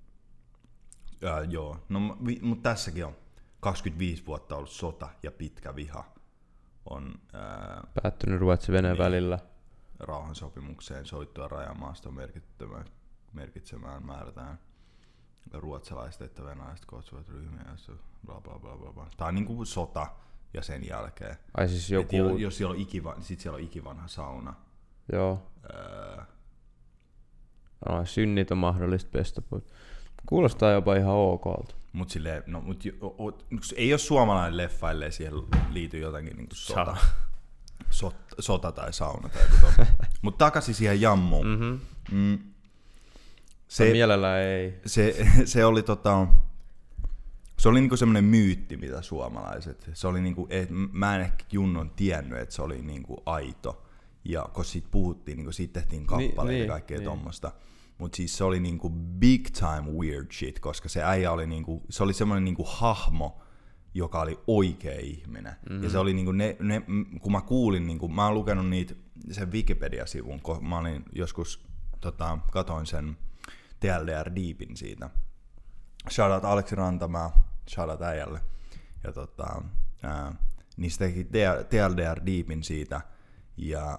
Ja, joo, no, mutta tässäkin on kaksikymmentäviisi vuotta ollut sota ja pitkä viha. On ää, päättynyt Ruotsi-Venäjän niin, välillä. Rauhansopimukseen soittua rajamaasta merkitsemään määrätään ruotsalaiset että venäläiset kutsuvat ryhmiä. Bla, bla, bla, bla, bla. Tämä on niin kuin sota ja sen jälkeen. Ai siis joku... Et jos siellä on ikivanha, sit siellä on ikivanha sauna. Joo. Ää... No, synnit on mahdollista pestä pois. Kuulostaa jopa ihan okolta. Mut silleen, no mut o, o, ei ole suomalainen leffa, ellei siihen liity jotakin niinku sota. Sot, sota tai sauna tai joku. Mut takaisin siihen Jammuun. Mm-hmm. Mm. Se, no, mielellään ei. Se, se oli tota... Se oli niinku semmoinen myytti, mitä suomalaiset. Se oli niinku, et, mä en ehkä Junnon tiennyt, että se oli niinku aito. Ja kun siitä puhuttiin, niinku siitä tehtiin kappaleita niin, ja kaikkea niin, tommoista. Mutta siis se oli niinku big time weird shit, koska se äijä oli niinku, se oli semmoinen niinku hahmo, joka oli oikea ihminen. Mm-hmm. Ja se oli niinku ne, ne, kun mä kuulin, niinku, mä oon lukenut niitä sen Wikipedia-sivun, kun mä olin joskus, tota, katoin sen T L D R Deepin siitä. Shoutout Aleksi Rantamaa, shoutout äijälle. Ja tota, ää, niin se teki T L D R Deepin siitä, ja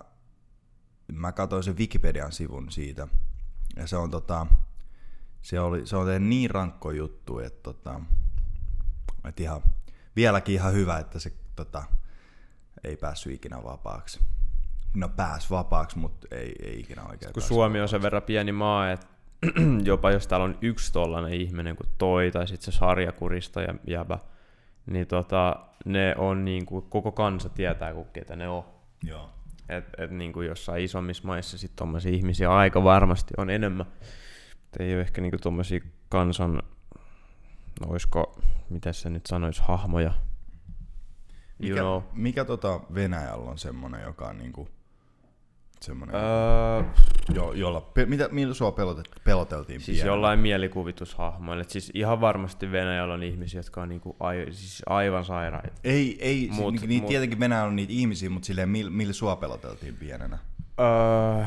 mä katoin sen Wikipedian sivun siitä. Ja se on tota, se oli, se on tehnyt niin rankko juttu, että tota, et ihan, vieläkin ihan hyvä, että se tota, ei päässyt ikinä vapaaksi. No pääsi vapaaksi, mutta ei, ei ikinä oikein. Kun Suomi on sen verran pieni maa, että jopa jos täällä on yksi tollainen ihminen kuin toi, tai sitten se sarjakurista ja jäbä, niin tota, ne on niinku, koko kansa tietää, kun ketä ne on. Joo. Että et niinku jossain isommissa maissa sit tommosia ihmisiä aika varmasti on enemmän. Et ei ole ehkä niinku tommosia kansan, no oisko, miten se nyt sanois, hahmoja. You mikä, know. Mikä tota Venäjällä on semmonen, joka on niinku semmonen, öö, jo, jolla, pe, mitä, millä sua pelotet, peloteltiin siis pienellä? Jollain mielikuvitushahmoilla. Siis ihan varmasti Venäjällä on ihmisiä, jotka on niinku ai, siis aivan sairaita. Ei, ei mut, ni, mut, tietenkin Venäjällä on niitä ihmisiä, mutta silleen millä mil sua peloteltiin pienenä? Öö,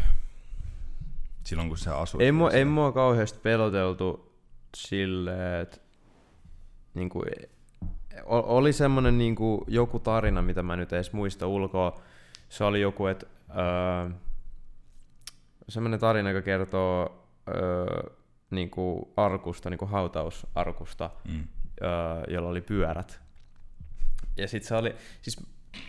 Silloin kun sä asuit. Ei mua, ei mua kauheasti peloteltu silleen, että niinku, oli semmonen niinku joku tarina, mitä mä nyt edes muista ulkoa. Se oli joku, että öö, semmoinen tarina, joka kertoo öö, niinku arkusta, niinku hautausarkusta, mm. öö, jolla oli pyörät. Ja sit se oli, siis...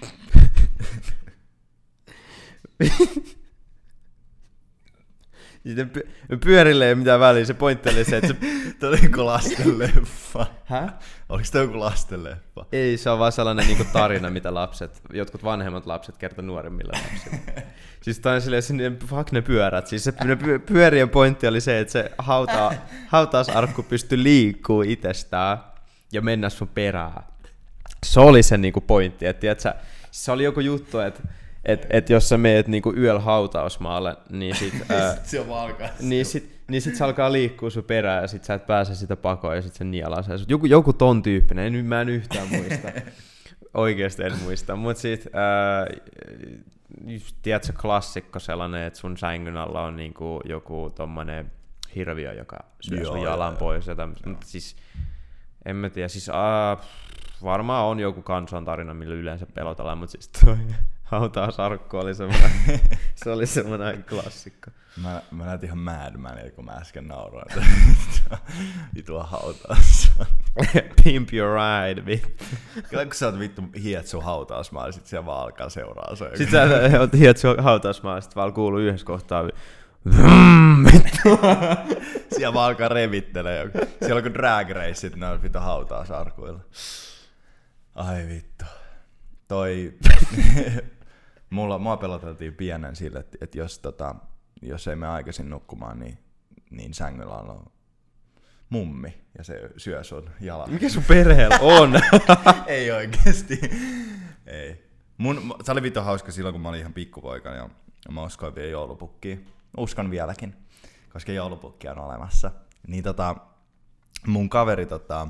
Sitten py- pyörille ei ole mitään väliä, se pointti oli se, että se... Tämä oli joku lastenleffa. Häh? Oliko tämä joku lastenleffa? Ei, se on vaan sellainen niinku tarina, mitä lapset, jotkut vanhemmat lapset kertoo nuoremmille lapsille. Siis tämä on silleen, että fuck ne pyörät. Siis se ne py- pyörien pointti oli se, että se hauta, hautausarkku pystyi liikkuu itsestään ja mennä sun perään. Se oli se niinku pointti, että tiiätkö, se oli joku juttu, että et, et jos sä meet niinku yöllä hautausmaalle, niin sit, ää, se on valkas. niin sit, niin sit se alkaa liikkua sun perään ja sit sä et pääse sitä pakoon ja sit se nielasee. Joku, joku ton tyyppinen, nyt mä en yhtään muista. Oikeesti en muista, mut sit ää, tiedätkö klassikko sellainen, että sun sängyn alla on niinku joku tommonen hirviö, joka syö sun jalan pois ja tämmöstä. Mut siis en mä tiedä, siis aa, varmaan on joku kansantarina, millä yleensä pelotellaan, mut siis toi hautausarkku oli semmoinen, se oli semmoinen klassikko. Mä, mä näytin ihan Mad Manilla, kun mä äsken nauroin. Vitua hautaus. Pimp your ride, vittu. Kyllä kun sä oot vittu hiet sun hautausmaa, niin sit siellä vaan alkaa seuraa se. Sit sä oot hiet sun hautausmaa, ja sit vaan kuuluu yhdessä kohtaa vrrrm, vittu. Siellä vaan alkaa revittelee joku. Siellä on kuin drag raceit, ne on vittu hautausarkuilla. Ai vittu. Toi... Mulla, mua peloteltiin pienen sille, että, että jos, tota, jos ei mene aikaisin nukkumaan, niin, niin sängyllä on mummi ja se syö sun jalan. Mikä sun perheellä on? Ei oikeesti. Ei. Mun, se oli vittu hauska silloin, kun mä olin ihan pikkupoika ja mä uskoin vielä joulupukkiin. Uskon vieläkin, koska joulupukki on olemassa. Niin tota, mun kaveri, tota,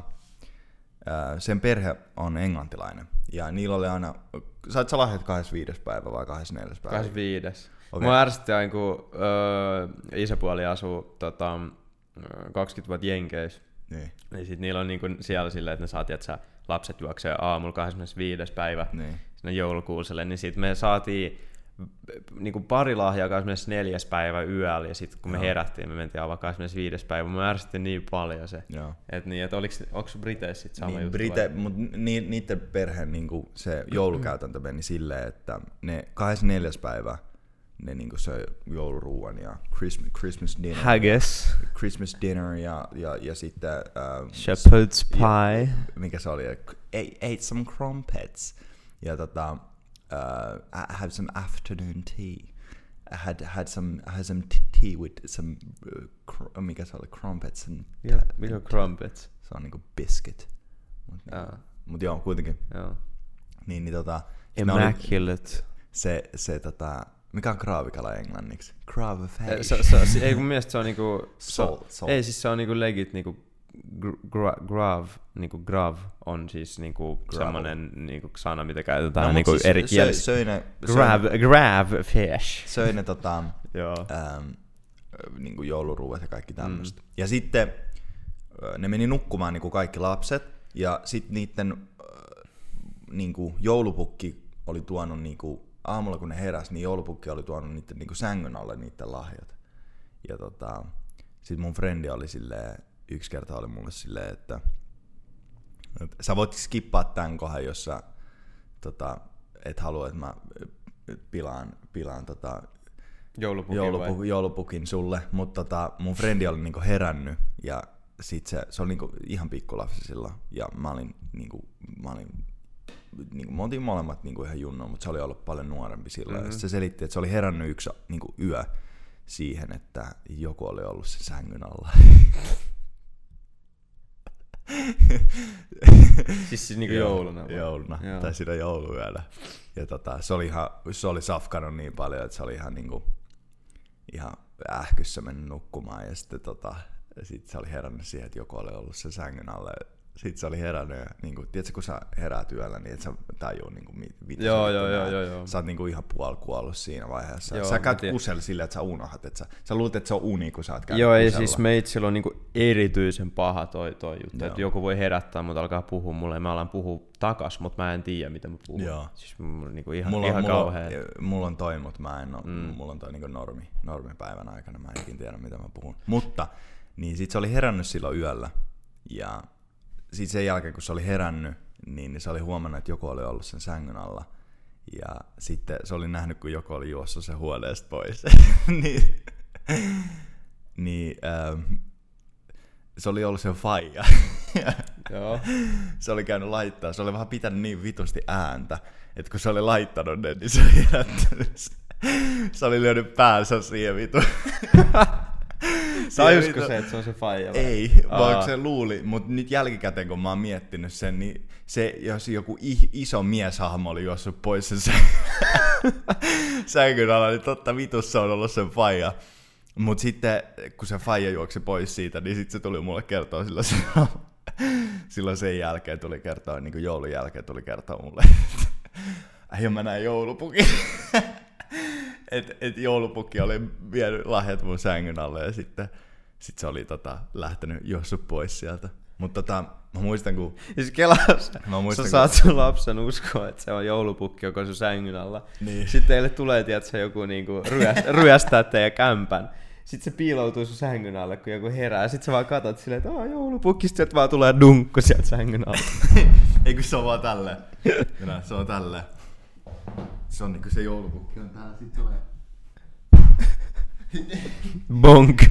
sen perhe on englantilainen. Ja niillä oli aina, sait sä lahjat kahdeskymmenesviides päivä vai kahdeskymmenesneljäs päivä? kahdeskymmenesviides. Okay. Mua ärsytti aina, kun öö, isäpuoli asuu tota, kaksikymmentä vuotta Jenkeissä. Niin. Niin sit niillä on niinku siellä silleen, että ne saa, että lapset juoksee aamulla kahdeskymmenesviides päivä Niin. sinne joulukuuselle. Niin sit me saatiin niinku pari lahjaa kahdeskymmenesneljäs päivä yöllä ja sit kun me Joo. herättiin, me mentiin aivan kahdeskymmenesviides päivä. Mä ärsytti niin paljon se. Joo. Et niin, et oliks, onks Briteissä sit sama Niin, juttu? Brite, mut ni, niitten perheen niinku se joulukäytäntö meni silleen, että ne kahdeskymmenesneljäs päivä ne niinku söi jouluruuan ja Christmas, Christmas dinner. Haggis. Christmas dinner ja, ja, ja sitten... Ähm, Shepherd's pie. Ja, mikä se oli? Ate, ate some crumpets. Ja tota... Uh, I had some afternoon tea. I had had some had some t- tea with some uh, cr- mikä se oli, crumpets and Yeah, mikä on crumpets? Se on niinku biscuit. Mut, Jaa. mut joo, kuitenkin. Joo. Niin, niin tota... Immaculate. Se, se tota... Mikä on kraavikala englanniksi? Crayfish. Se, se, se, ei kun mielestä se on niinku... Salt, se, salt. Ei siis se on niinku legit niinku... Gra, grav, niinku grav on siis niinku semmonen niinku sana, mitä käytetään no, niinku siis eri kielissä. Söi ne... Grav, grav fish. Söi ne tota... Joo. Ähm, niinku jouluruuat ja kaikki tämmöstä. Mm. Ja sitten ne meni nukkumaan niinku kaikki lapset. Ja sit niitten äh, niinku joulupukki oli tuonut niinku... Aamulla kun ne heräs, niin joulupukki oli tuonut niitten niinku sängyn alle niitten lahjat. Ja tota... Sit mun frendi oli silleen... Yksi kerta oli mulle silleen, että, että sä voit skippaa tän kohdan, jos sä tota, et halua, että mä pilaan, pilaan tota, joulupukin, joulupu, joulupukin sulle. Mutta tota, mun frendi oli niinku herännyt ja sit se, se oli niinku ihan pikkulapsi silloin. Ja mä olin, niinku, mä olin niinku, me oltiin molemmat niinku ihan junnoa, mutta se oli ollut paljon nuorempi silloin. Mm-hmm. Ja se selitti, että se oli herännyt yksi niinku, yö siihen, että joku oli ollut sen sängyn alla. Siis, siis niinku jouluna vai? Jouluna, Joo. tai siinä jouluyöllä. Ja tota, se oli ihan, se oli safkanut niin paljon, että se oli ihan niinku, ihan ähkyssä mennyt nukkumaan. Ja sitten tota, sit se oli herännyt siihen, että joku oli ollut sen sängyn alla. Sitten se oli herännyt ja niinku, tiedätkö, kun sä heräät yöllä, niin et sä tajuu niinku, mitä joo, joo, joo, joo, joo. Sä oot niinku ihan puol kuollut siinä vaiheessa. Joo, sä käyt kusella silleen, että sä unohat, että sä, sä luulet, että se on uni, kun sä oot käynyt Joo, ei kusella. siis meitsillä on niinku erityisen paha toi, toi juttu, että joku voi herättää, mutta alkaa puhua mulle ja mä alan puhua takas, mutta mä en tiedä, mitä mä puhun. Joo. Siis mulla on niinku ihan, mulla, ihan mulla, kauhea. Mulla on toi, mutta mä en oo, Mm. mulla on toi niinku normi, normipäivän aikana, mä en ikin tiedä, mitä mä puhun. Mutta, niin sit se oli herännyt silloin yöllä ja sit sen jälkeen, kun se oli herännyt, niin se oli huomannut, että joku oli ollut sen sängyn alla. Ja sitten se oli nähnyt, kun joku oli juossut sen huoneesta pois. niin niin ähm, se oli ollut sen faija. Joo. Se oli käynyt laittaa. Se oli vähän pitänyt niin vitusti ääntä, että kun se oli laittanut ne, niin se oli herättänyt. Se oli lyönyt päänsä siihen vitu. Tajusko se, että se on se faija? Ei, vaan se luuli. Mutta nyt jälkikäteen, kun mä oon miettinyt sen, niin se, jos joku iso mieshahmo oli juossut pois sen sängyn alla, niin totta vitussa on ollut sen faija. Mut sitten, kun se faija juoksi pois siitä, niin sitten se tuli mulle kertoa silloin, silloin sen jälkeen tuli kertoa, niin kuin joulun jälkeen tuli kertoa mulle, että mä näin joulupukin. Että et joulupukki oli vienyt lahjat mun sängyn alle ja sitten sit se oli tota, lähtenyt juossut pois sieltä. Mutta tota, mä muistan kun... Siis kelas, mä muistan, sä saat sun lapsen uskoa, että se on joulupukki, joka on sun sängyn alla. Niin. Sitten teille tulee, tiedätkö, joku niinku ryöstää, ryöstää teidän kämpän. Sitten se piiloutuu sun sängyn alle, kun joku herää. Sitten sä vaan katot silleen, että aah, joulupukki, sitten vaan tulee dunkku sieltä sängyn alla. Ei kun se on vaan tälleen. Minä, se on tälleen. Se on niinku se joulupukki on täällä, sit tulee... Bonk.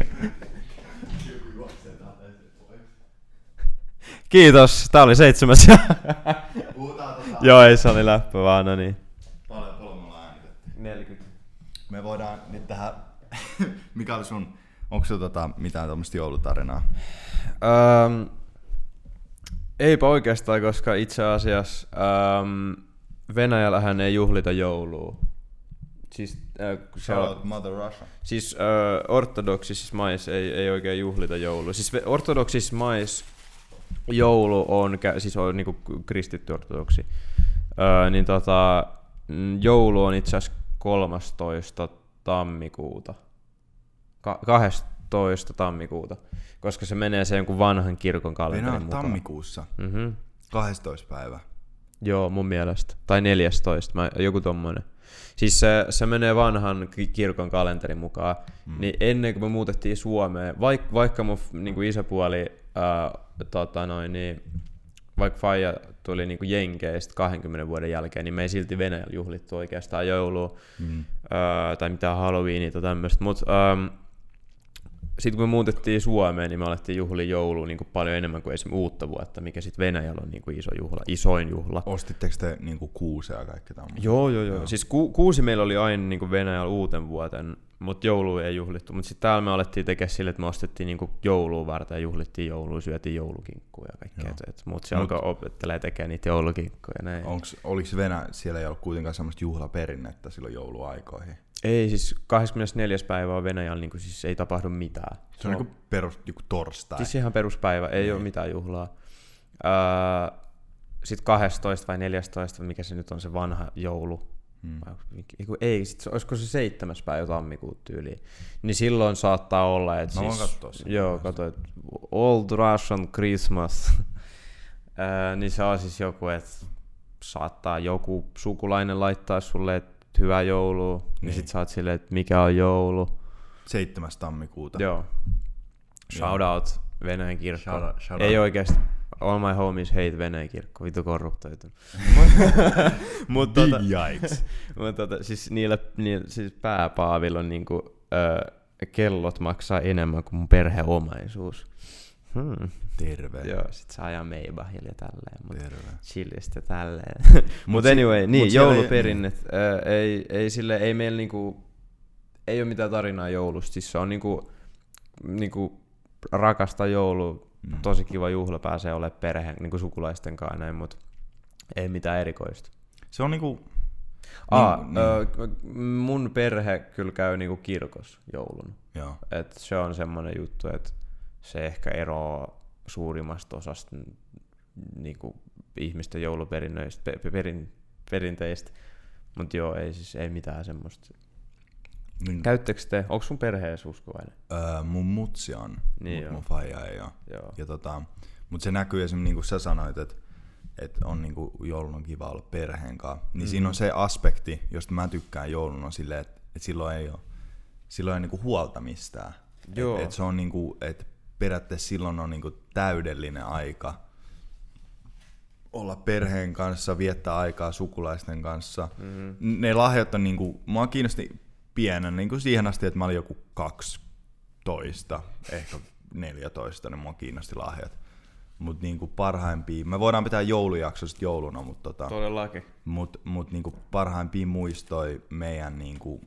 Kiitos, tää oli seitsemäs. Puhutaan tota... Joo, ei se oli läppä vaan, no niin. Paljon, paljon me ollaan äänitetty. neljäkymmentä. Me voidaan nyt tähän... Mikä oli sun... Onko sulla tota mitään tommoista joulutarinaa? Um, eipä oikeastaan, koska itse asiassa um, Venäjällähän ei juhlita joulua. Siis, äh, se on, Mother Russia. siis äh, ortodoksisissa maissa ei, ei oikein juhlita joulua. Siis ortodoksisissa maissa joulu on, siis on niinku kristitty ortodoksi, äh, niin tota, joulu on itse asiassa kolmastoista tammikuuta. Ka- kahdestoista tammikuuta, koska se menee sen jonkun vanhan kirkon kalenterin mukaan. Tammikuussa? Mm-hmm. kahdestoista päivä? Joo, mun mielestä. Tai neljästoista, mä, joku tommonen. Siis se, se menee vanhan kirkon kalenterin mukaan. Mm. Niin ennen kuin me muutettiin Suomeen, vaik, vaikka mun niin isäpuoli, ää, tota noin, niin, vaikka faija tuli niin Jenkeistä kahdenkymmenen vuoden jälkeen, niin me ei silti Venäjällä juhlittu oikeastaan joulua mm. ää, tai mitään Halloweenia tai tämmöistä. Mut sitten kun me muutettiin Suomeen, niin me alettiin juhlia joulua niin paljon enemmän kuin esimerkiksi uutta vuotta, mikä sitten Venäjällä on niin iso juhla, isoin juhla. Ostitteko te niin kuusia ja kaikki tämmöistä? Joo, joo, joo. joo. Siis ku, kuusi meillä oli aina niin Venäjällä uuten vuoten, mutta joulua ei juhlittu. Mutta sitten täällä me alettiin tekemään sille, että me ostettiin niin joulua varten ja juhlittiin joulua, syötiin joulukinkkuja ja kaikkea. Mutta se Mut, alkoi opettelemaan tekemään niitä joulukinkkuja. Näin. Onks, oliko Venä, siellä ei ollut kuitenkaan semmoista juhlaperinnettä silloin jouluaikoihin? Ei, siis kahdeskymmenesneljäs päivä on Venäjällä, niin siis ei tapahdu mitään. Se on, on niin perus, joku torstai. Siis ihan peruspäivä, ei niin. ole mitään juhlaa. Öö, Sitten kahdestoista vai neljästoista, mikä se nyt on se vanha joulu. Hmm. Ei, sit, olisiko se seitsemäs päivä tammikuuta tyyliin. Niin silloin saattaa olla, että no, siis... sen. Joo, katso, että Old Russian Christmas. öö, niin se on siis joku, että saattaa joku sukulainen laittaa sulle, että hyvää joulua, niin, niin sit sä oot silleen, että mikä on joulu. seitsemäs tammikuuta. Joo. Shout out Venäjän kirkko. Shout out, shout ei out. Oikeesti. All my homies hate Venäjän kirkko. Vitu korruptoitunut. Mut Big tota, yikes. mut tota, siis niillä, niillä siis pääpaavilla on niinku, ö, kellot maksaa enemmän kuin mun perheomaisuus. Hmm. Terve. Joo, sit saa ajaa Maybachilla ja tälleen. Mut Terve. chillistä tälleen. Mut anyway, niin, mut jouluperinnet. Ei, äh, ei, ei, sille, ei meillä niinku, ei oo mitään tarinaa joulusta. Siis se on niinku, niinku rakasta joulua, mm. tosi kiva juhla, pääsee olemaan perheen, niinku sukulaisten kanssa näin, mut ei mitään erikoista. Se on niinku... Aa, niin, ö, mun perhe kyllä käy niinku kirkossa joulun. Joo. Et se on semmonen juttu, että se ehkä eroaa suurimmasta osasta niinku ihmisten jouluperinnöistä, pe- perin, perinteistä, mutta joo, ei siis ei mitään semmoista. Niin. Käyttekö te, onko sun perheessä uskovainen? Öö, mun mutsi on, niin mut mun faija ei ole. Joo. Ja tota, mut se näkyy esimerkiksi niin kuin sä sanoit, että et on niinku joulun on kiva olla perheen kanssa. Niin mm-hmm. siinä on se aspekti, josta mä tykkään joulun on silleen, että et silloin ei ole silloin ei niinku huolta mistään. Joo. Et, et se on niinku, et periaatteessa silloin on niinku täydellinen aika olla perheen kanssa, viettää aikaa sukulaisten kanssa. Mm-hmm. Ne lahjat on niinku, mua kiinnosti pienen niinku siihen asti, että mä olin joku kaksitoista, ehkä neljätoista, niin mua kiinnosti lahjat. Mut niinku parhaimpia, me voidaan pitää joulujakso sit jouluna, mutta tota, todellakin. Mut, mut niinku parhaimpia muistoi meidän niinku,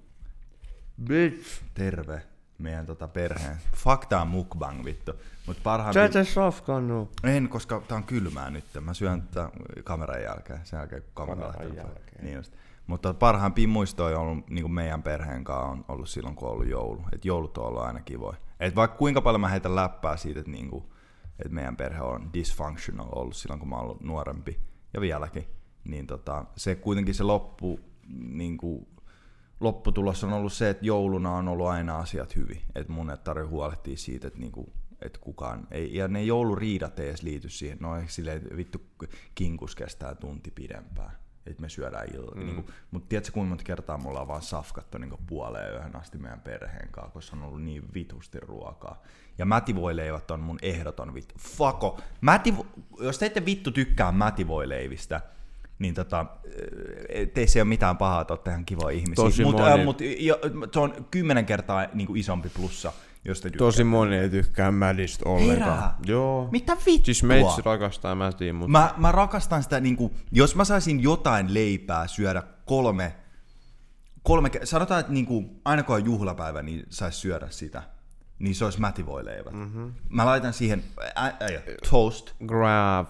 bitch, terve, meidän tota perheen. Fuck tää mukbang vittu. Mut parhaimpia... Sä et edes safkannut. En, koska tää on kylmää nyt. Mä syön tää kameran jälkeen, sen jälkeen kun kamera lähtee. Niin mutta parhaimpia muistoja on ollut niinku meidän perheen kanssa on ollut silloin, kun on ollut joulu. Et joulut on ollut aina kivoja. Et vaikka kuinka paljon mä heitän läppää siitä, että niinku, et meidän perhe on dysfunctional ollut silloin, kun mä oon ollut nuorempi. Ja vieläkin. Niin tota, se kuitenkin se loppu, niinku, lopputulos on ollut se, että jouluna on ollut aina asiat hyvin. Että mun ei tarvitse huolehtia siitä, että niinku, et kukaan ei, ja ne jouluriidat ei edes liity siihen. No ehkä silleen, että vittu kinkus kestää tunti pidempään. Että me syödään illalla. Mm. Niinku, mutta tiedätkö kuinka monta kertaa me ollaan vaan safkattu niinku puoleen yöhön asti meidän perheen kanssa, koska on ollut niin vitusti ruokaa. Ja mätivoileivät on mun ehdoton vittu. Fako! Mätivo- jos te ette vittu tykkää mätivoileivistä, niin tota, teissä ei ole mitään pahaa, että olette ihan kivoja ihmisiä. Mutta äh, mut, se on kymmenen kertaa niinku isompi plussa, jos te tykkää. Tosi moni ei tykkää mädistä ollenkaan. Herää. Joo. Mitä vittua? Siis meitsi rakastaa mätiä, mutta... Mä, mä rakastan sitä, niinku, jos mä saisin jotain leipää syödä kolme, kolme sanotaan, että niinku, aina kun on juhlapäivä, niin sais syödä sitä. Niin se olisi mätivoileivät. Mm-hmm. Mä laitan siihen ä, ä, toast. Grav.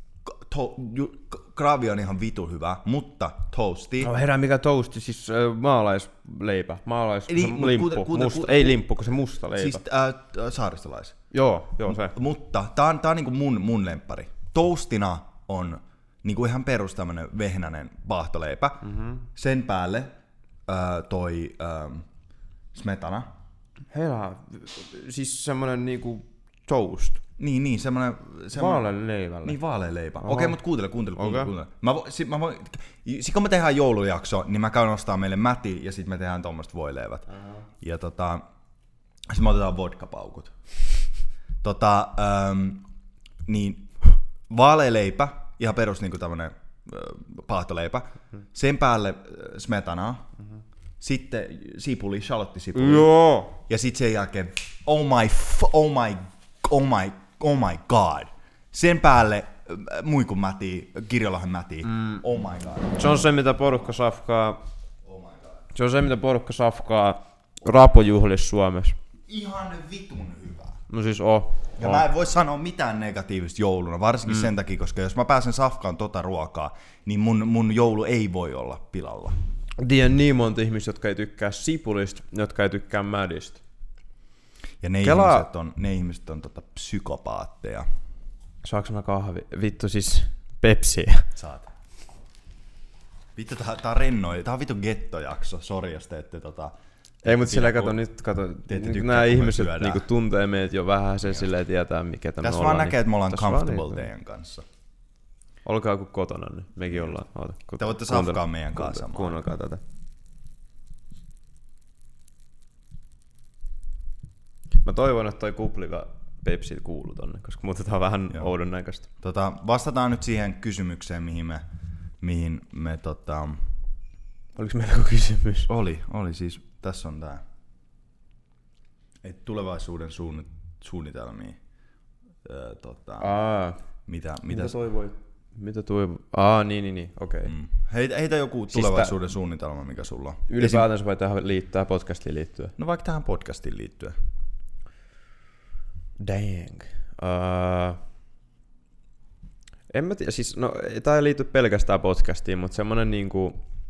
To, ju, Gravi on ihan vitu hyvä, mutta toasti. No herää, mikä toasti, siis äh, maalaisleipä, maalais, Eli, limppu, kuuntele, kuuntele, musta, kuuntele, ei limppu, kun se musta leipä. Siis äh, saaristolais. Joo, joo se. M- mutta tää on, tää on niinku mun, mun lemppari. Toastina on niinku ihan perus tämmönen vehnänen vaahtoleipä. Mm-hmm. Sen päälle äh, toi äh, smetana. Herää, siis semmonen niinku toast. Niin, niin, semmoinen... Vaalean leivällä. Niin, vaalean leipä. Okei, okay, mutta kuuntele, kuuntele, kuuntele. Okay. kuuntele. Mä vo, sit, mä voin, sit kun me tehdään joulujakso, niin mä käyn ostaa meille mäti ja sit me tehdään tommoset voileivät. Uh-huh. Ja tota... Sit me otetaan vodkapaukut. tota... Ähm, niin... Vaalea leipä, ihan perus niinku tämmönen äh, paahtoleipä. Uh-huh. Sen päälle äh, smetanaa. Uh-huh. Sitten sipuli, shalottisipuli. Joo! Ja sit sen jälkeen... Oh my... F- oh my... Oh my, oh my god. Sen päälle äh, muikun mätii, Kirjolahen mätii. Mm. Oh my god. Se on se, mitä porukka safkaa. Oh my god. Se on se, mitä porukka safkaa rapojuhlissa Suomessa. Ihan vitun hyvä. No siis oh. Ja oh. mä en voi sanoa mitään negatiivista jouluna, varsinkin mm. sen takia, koska jos mä pääsen safkaan tota ruokaa, niin mun, mun joulu ei voi olla pilalla. Tiedän niin monta ihmistä, jotka ei tykkää sipulista, jotka ei tykkää mädistä. Ja ne Kela... ihmiset on, ne ihmiset on tota psykopaatteja. Saanko mä kahvi? Vittu siis Pepsiä. Saat. Vittu, tää, tää on rennoi. Tää on vittu gettojakso. Sori, jos te ette tota... Ei, mutta sillä kato nyt, kato, niin nää ihmiset niinku tuntee meitä jo vähän sen silleen tietää mikä tämä tässä ollaan. Tässä vaan näkee, niin, että me ollaan comfortable niin, teidän kanssa. Olkaa kuin kotona nyt. Mekin ollaan. Oota, ku, te voitte safkaa meidän kanssa. Kuunnelkaa tätä. Mä toivon, että toi kuplika Pepsi kuuluu tonne, koska muuten tää on vähän Joo. oudon näköistä. Tota, vastataan nyt siihen kysymykseen, mihin me... Mihin me tota... Oliko meillä joku kysymys? Oli, oli siis. Tässä on tää. Et tulevaisuuden suunnit- suunnitelmia. Öö, tota, Aa. Mitä, mitä, mitä toivoi? Mitä toivoi? Aa, niin, niin, niin. okei. Okay. Mm. Heitä, heitä joku tulevaisuuden siis suunnitelma, mikä sulla on. Ylipäätänsä vai tähän liittää podcastiin liittyen? No vaikka tähän podcastiin liittyen. Dang. Uh, en mä tiedä, siis no tää ei liity pelkästään podcastiin, mutta semmonen niinku...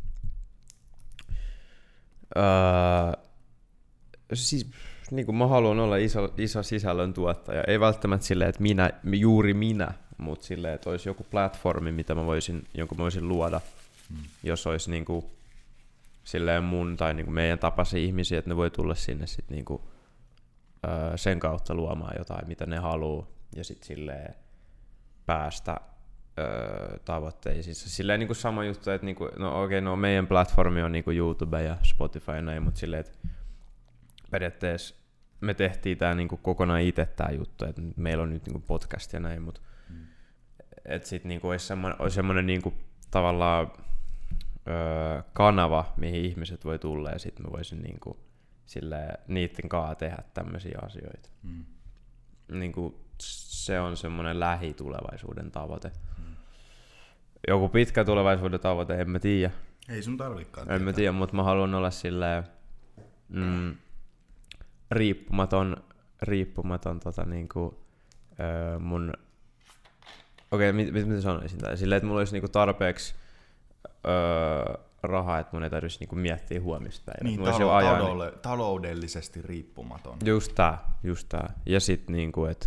Uh, siis niinku mä haluan olla iso, iso sisällön tuottaja. Ei välttämättä silleen, että minä, juuri minä, mutta silleen, että olisi joku platformi, mitä mä voisin, jonka mä voisin luoda, hmm. jos olisi niinku silleen mun tai niinku meidän tapaisia ihmisiä, että ne voi tulla sinne sit niinku sen kautta luomaan jotain, mitä ne haluaa, ja sitten silleen päästä öö, tavoitteisiin. Silleen niin kuin sama juttu, että niin kuin, no okei, okay, no meidän platformi on niin kuin YouTube ja Spotify ja näin, mutta silleen, että periaatteessa me tehtiin tää niin kuin kokonaan itse tää juttu, että meillä on nyt niin kuin podcast ja näin, mutta mm. että sit niinku olisi semmoinen, olisi semmoinen niinku tavallaan öö, kanava, mihin ihmiset voi tulla ja sit mä voisin niinku silleen niitten kanssa tehdä tämmöisiä asioita. Mm. Niinku se on semmoinen lähitulevaisuuden tavoite. Mm. Joku pitkä tulevaisuuden tavoite, en mä tiedä. Ei sun tarvikaan En tietää. mä tiedä, mutta mä haluan olla silleen mm, riippumaton, riippumaton tota niinku öö, mun... Okei, okay, mit, mit, mitä sanoisin tää? Silleen, että mulla olisi niinku tarpeeksi öö, rahaa, että mun ei tarvitsisi niinku miettiä huomista päivää. Niin, talo- ajaa, taloudelle- taloudellisesti riippumaton. Just tää, just tää. Ja sit niinku, et...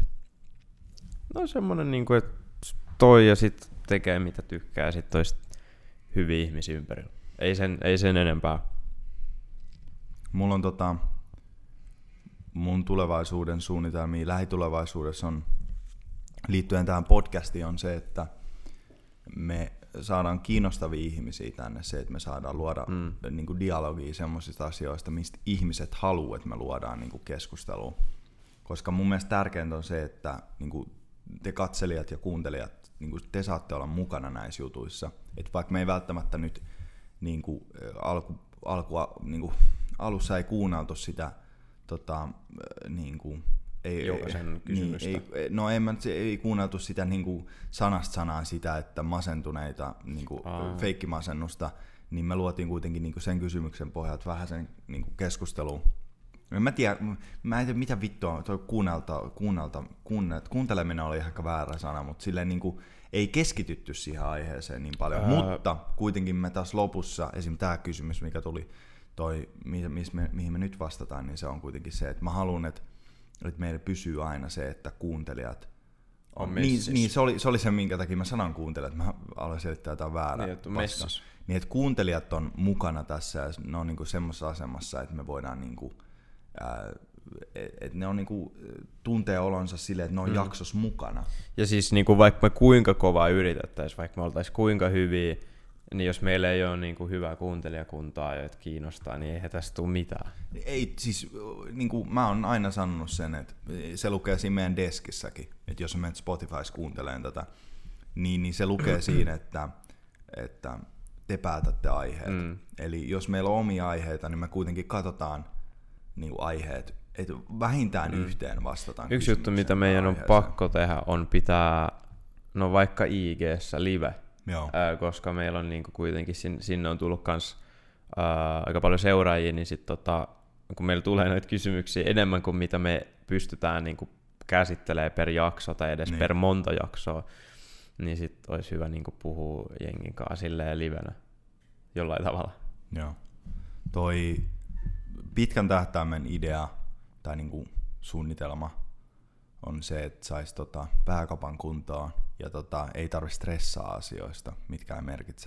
No semmonen niinku, että toi ja sit tekee mitä tykkää ja sit olisi hyviä ihmisiä ympärillä. Ei sen, ei sen enempää. Mulla on tota... Mun tulevaisuuden suunnitelmia lähitulevaisuudessa on... Liittyen tähän podcastiin on se, että me saadaan kiinnostavia ihmisiä tänne. Se, että me saadaan luoda mm. niin kuin dialogia semmoisista asioista, mistä ihmiset haluaa, että me luodaan niin kuin keskustelua. Koska mun mielestä tärkeintä on se, että niin kuin te katselijat ja kuuntelijat, niin kuin te saatte olla mukana näissä jutuissa. Että vaikka me ei välttämättä nyt niin kuin alku, alkua, niin kuin alussa ei kuunneltu sitä tota, niin kuin, ei, jokaisen kysymystä. Niin, ei, no ei, ei kuunneltu sitä niin kuin sanasta sanaan sitä, että masentuneita, niin kuin feikkimasennusta, niin me luotiin kuitenkin niin kuin sen kysymyksen pohjalta vähän sen niin kuin keskusteluun. En mä tiedä, mä en tiedä mitä vittua, toi kuunnelta, kuunnelta, kuunnelta, kuunteleminen oli ehkä väärä sana, mutta silleen niin kuin ei keskitytty siihen aiheeseen niin paljon, Ää... mutta kuitenkin me taas lopussa, esimerkiksi tämä kysymys, mikä tuli, toi, mihin me, mihin me nyt vastataan, niin se on kuitenkin se, että mä haluan, että että meillä pysyy aina se, että kuuntelijat on, on niin, niin se, oli, se oli se, minkä takia mä sanon kuuntelijat, mä aloin selittää jotain väärää. Niin, että, niin, että kuuntelijat on mukana tässä ja ne on niinku semmoisessa asemassa, että me voidaan niinku, ää, että ne on niinku, tuntee olonsa silleen, että ne on mm. jaksos mukana. Ja siis niinku, vaikka me kuinka kovaa yritettäisiin, vaikka me oltaisiin kuinka hyviä, niin jos meillä ei ole niinku hyvää kuuntelijakuntaa, joita kiinnostaa, niin eihän tästä tule mitään. Ei, siis niinku, mä oon aina sanonut sen, että se lukee siinä meidän deskissäkin, että jos menet Spotifys kuuntelemaan tätä, niin, niin se lukee siinä, että, että te päätätte aiheet. Mm. Eli jos meillä on omia aiheita, niin me kuitenkin katsotaan niinku aiheet, että vähintään mm. yhteen vastataan. Yksi juttu, mitä meidän aiheeseen. On pakko tehdä, on pitää, no vaikka I G:ssä live. Ää, koska meillä on niinku kuitenkin sinne, sinne on tullut kans ää, aika paljon seuraajia, niin sit tota, kun meillä tulee noita kysymyksiä enemmän kuin mitä me pystytään niinku käsittelemään per jakso tai edes niin. per monta jaksoa, niin sit olisi hyvä niinku puhua jengin kanssa silleen livenä jollain tavalla. Joo. Toi pitkän tähtäimen idea tai niinku suunnitelma on se, että saisi tota pääkapan kuntoon ja tota, ei tarvitse stressaa asioista, mitkä ei merkitse.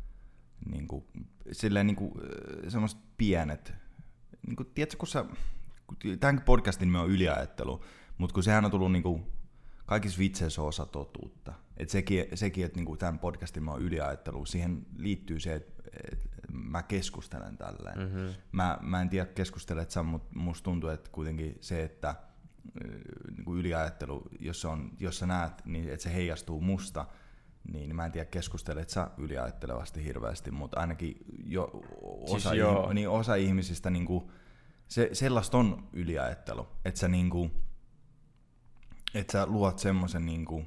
Niinku, silleen niinku, semmoiset pienet, niinku, tiedätkö, kun sä, tämän podcastin nimi on yliajattelu, mutta kun sehän on tullut niinku, kaikissa vitseissä on osa totuutta. Et sekin, sekin että niinku, tämän podcastin nimi on yliajattelu, siihen liittyy se, että et, mä keskustelen tälleen. Mm-hmm. Mä, mä en tiedä keskustelet sä, mutta musta tuntuu, että kuitenkin se, että niin yliajattelu, jos, on, jos sä näet, niin että se heijastuu musta, niin, niin mä en tiedä keskustelet sä yliajattelevasti hirveästi, mutta ainakin jo osa, siis ihm- niin osa ihmisistä, niin kuin, se, sellaista on yliajattelu, että sä, niin kuin, että sä luot semmoisen niin kuin,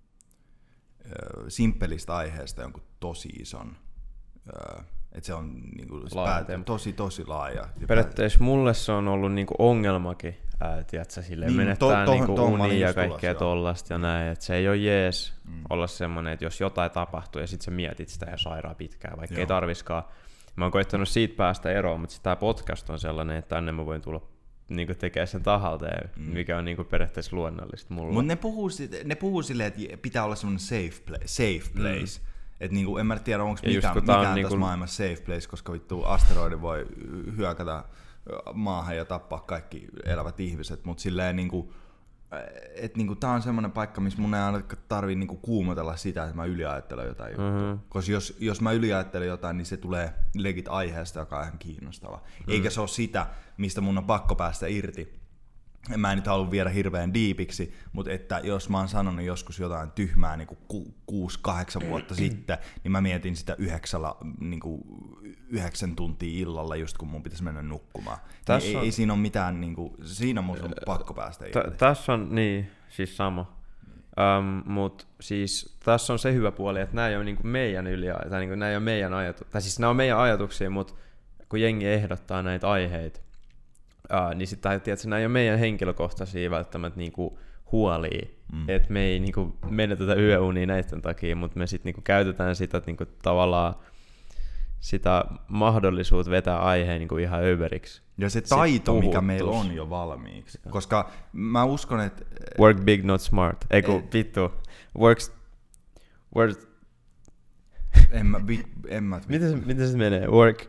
simppelistä aiheesta jonkun tosi ison, että se on niin kuin, päät, tosi tosi laaja. Periaatteessa mulle se on ollut niin kuin ongelmakin, ää, tiedätkö, silleen niin, menettää to, niinku unia ja kaikkea tollasta ja näin, että se ei ole jees mm. olla semmoinen, että jos jotain tapahtuu ja sit sä mietit sitä ja sairaan pitkään, vaikka Joo. ei tarviskaan. Mä oon koittanut siitä päästä eroon, mutta tämä podcast on sellainen, että tänne mä voin tulla niinku tekemään sen tahalta, mm. mikä on niinku periaatteessa luonnollista mulla. Mutta ne puhuu, ne puhuu silleen, että pitää olla semmoinen safe, play, safe place. Mm. Että niinku, en mä tiedä, onko mikään, mikään niinku... tässä maailmassa safe place, koska vittu asteroidi voi hyökätä maahan ja tappaa kaikki elävät ihmiset, mutta silleen niinku, että niinku, tää on semmoinen paikka, missä mun ei aina tarvii niinku kuumotella sitä, että mä yliajattelen jotain mm-hmm. juttua. Koska jos, jos mä yliajattelen jotain, niin se tulee legit aiheesta, joka on ihan kiinnostava. Mm-hmm. Eikä se ole sitä, mistä mun on pakko päästä irti. mä en nyt halua viedä hirveän diipiksi, mutta että jos mä oon sanonut joskus jotain tyhmää niin ku, kuusi, kahdeksan vuotta sitten, niin mä mietin sitä yhdeksällä, niin kuin yhdeksän tuntia illalla, just kun mun pitäisi mennä nukkumaan. Niin ei, on... ei siinä ole mitään, niin kuin, siinä mun on pakko päästä irti. T- tässä on, niin, siis sama. Um, mut siis tässä on se hyvä puoli, että nämä ei ole niinku meidän yli, tai niinku nämä ei ole meidän ajatuksia, tai siis nämä on meidän ajatuksia, mutta kun jengi ehdottaa näitä aiheita, uh, niin sitten tiedätkö, nämä ei ole meidän henkilökohtaisia välttämättä niinku huolia, mm. että me ei niinku menetetä yöunia näiden takia, mutta me sitten niinku käytetään sitä niinku tavallaan sitä mahdollisuutta vetää aiheen niinku ihan överiksi. Ja se taito, mikä meillä on jo valmiiksi. Koska mä uskon, että... Work big, not smart. Eiku, vittu. Works... Works... En mä... En mä miten, se, miten se menee? Work...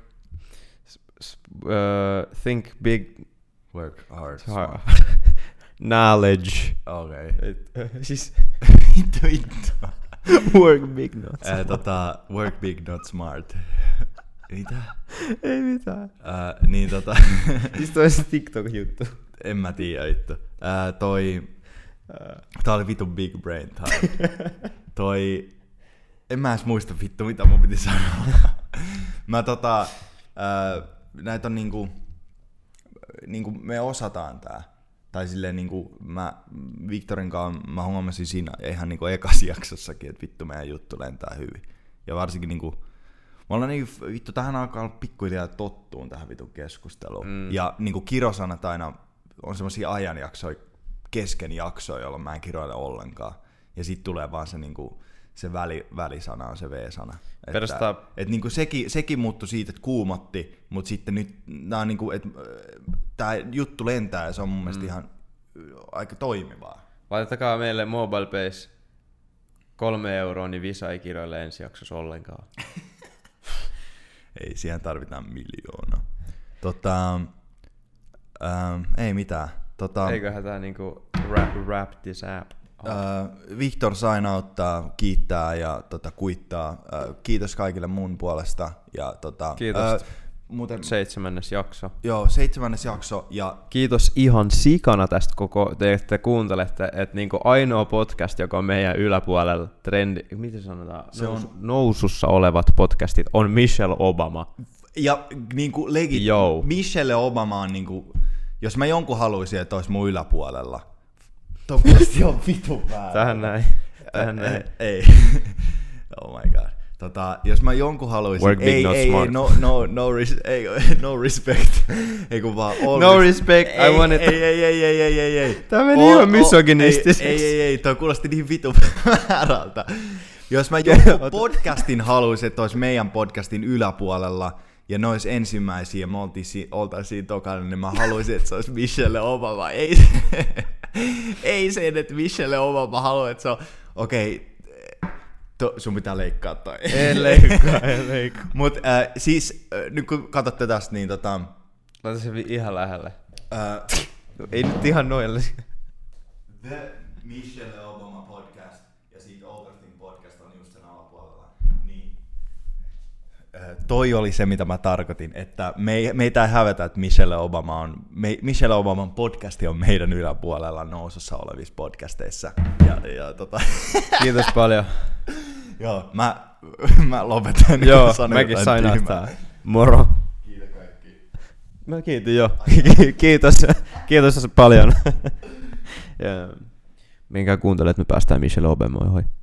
Uh, think big... Work hard. hard. Knowledge. Okei. Okay. Siis... Vittu, vittu. Work big, not smart. Äh, tota, work big, not smart. Mitä? Ei mitään. Äh, niin tota... Siis toi se TikTok-juttu. En mä tiedä itse. Äh, toi... Äh, tää oli vittu big brain time. toi... En mä edes muista vittu mitä mun piti sanoa. mä tota... Äh, näitä on niinku... Niinku me osataan tää. Tai silleen niinku mä Victorin kanssa mä huomasin siinä ihan niinku ekas jaksossakin, että vittu meidän juttu lentää hyvin. Ja varsinkin niinku... Mä ollaan niin, vittu, tähän alkaa olla pikkuhiljaa tottuun tähän vitun keskusteluun. Mm. Ja niinku kirosanat aina on semmosia ajanjaksoja, kesken jaksoja, jolloin mä en kiroile ollenkaan. Ja sit tulee vaan se niinku, se väli, välisana on se V-sana. Perustaa... Että et niinku sekin, sekin muuttui siitä, että kuumotti, mutta sitten nyt nää on niinku, että tää juttu lentää ja se on mun mielestä mm. ihan aika toimivaa. Laitakaa meille MobilePays kolme euroa, niin Visa ei kiroile ensi jaksossa ollenkaan. Ei, siihen tarvitaan miljoona. Tota, ähm, ei mitään. Tota, Eiköhän tää niinku wrap, wrap this app. Äh, Victor sainauttaa, kiittää ja tota, kuittaa. Äh, kiitos kaikille mun puolesta. Ja, tota, kiitos. Äh, muuten, seitsemännes jakso. Joo, seitsemännes jakso. Ja kiitos ihan sikana tästä koko, te, te kuuntelette, että niinku ainoa podcast, joka on meidän yläpuolella trendi, miten sanotaan, se nous, on, nousussa olevat podcastit on Michelle Obama. Ja niinku legit, Yo. Michelle Obama on niinku, jos mä jonkun haluaisin, että olisi mun yläpuolella. Toivottavasti on vitu väärin. Tähän näin. Tähän näin. Ei. ei. Oh my god. Tota, jos mä jonkun haluaisin, work big, ei, not ei, smart. ei, no, no, no, res, ei, no respect, ei kun vaan all no respect, ei, I want it. Ei, ei, ei, ei, ei, ei, ei. Tää meni ihan misogynistiseksi. Ei, ei, ei, toi kuulosti niin vitu väärältä. Jos mä jonkun podcastin haluaisin, että olisi meidän podcastin yläpuolella, ja ne olisi ensimmäisiä, ja me oltaisiin, oltaisiin tokana, niin mä haluaisin, että se olisi Michelle Obama. Ei se, ei se, että Michelle Obama haluaa, että se on, okei, okay, To, sun pitää leikkaa toi. En leikkaa, en leikkaa. Mut äh, siis, äh, nyt kun katsotte tästä, niin tota... Laita se ihan lähelle. Äh, Ei nyt ihan noille. The Michelle Obama podcast ja siitä Overthink podcast on just sen alapuolella. Niin. Äh, toi oli se, mitä mä tarkoitin, että me, meitä ei hävetä, että Michelle Obama on, me, Michelle Obaman podcasti on meidän yläpuolella nousussa olevissa podcasteissa. Ja, ja tota... Kiitos paljon. Joo, mä, mä lopetan. Joo, mäkin sain nähtää. Moro. Kiitos kaikki. Mä kiitin jo. Kiitos. Kiitos paljon. Ja, minkä kuuntelet, me päästään Michelle Obamaan. Hoi.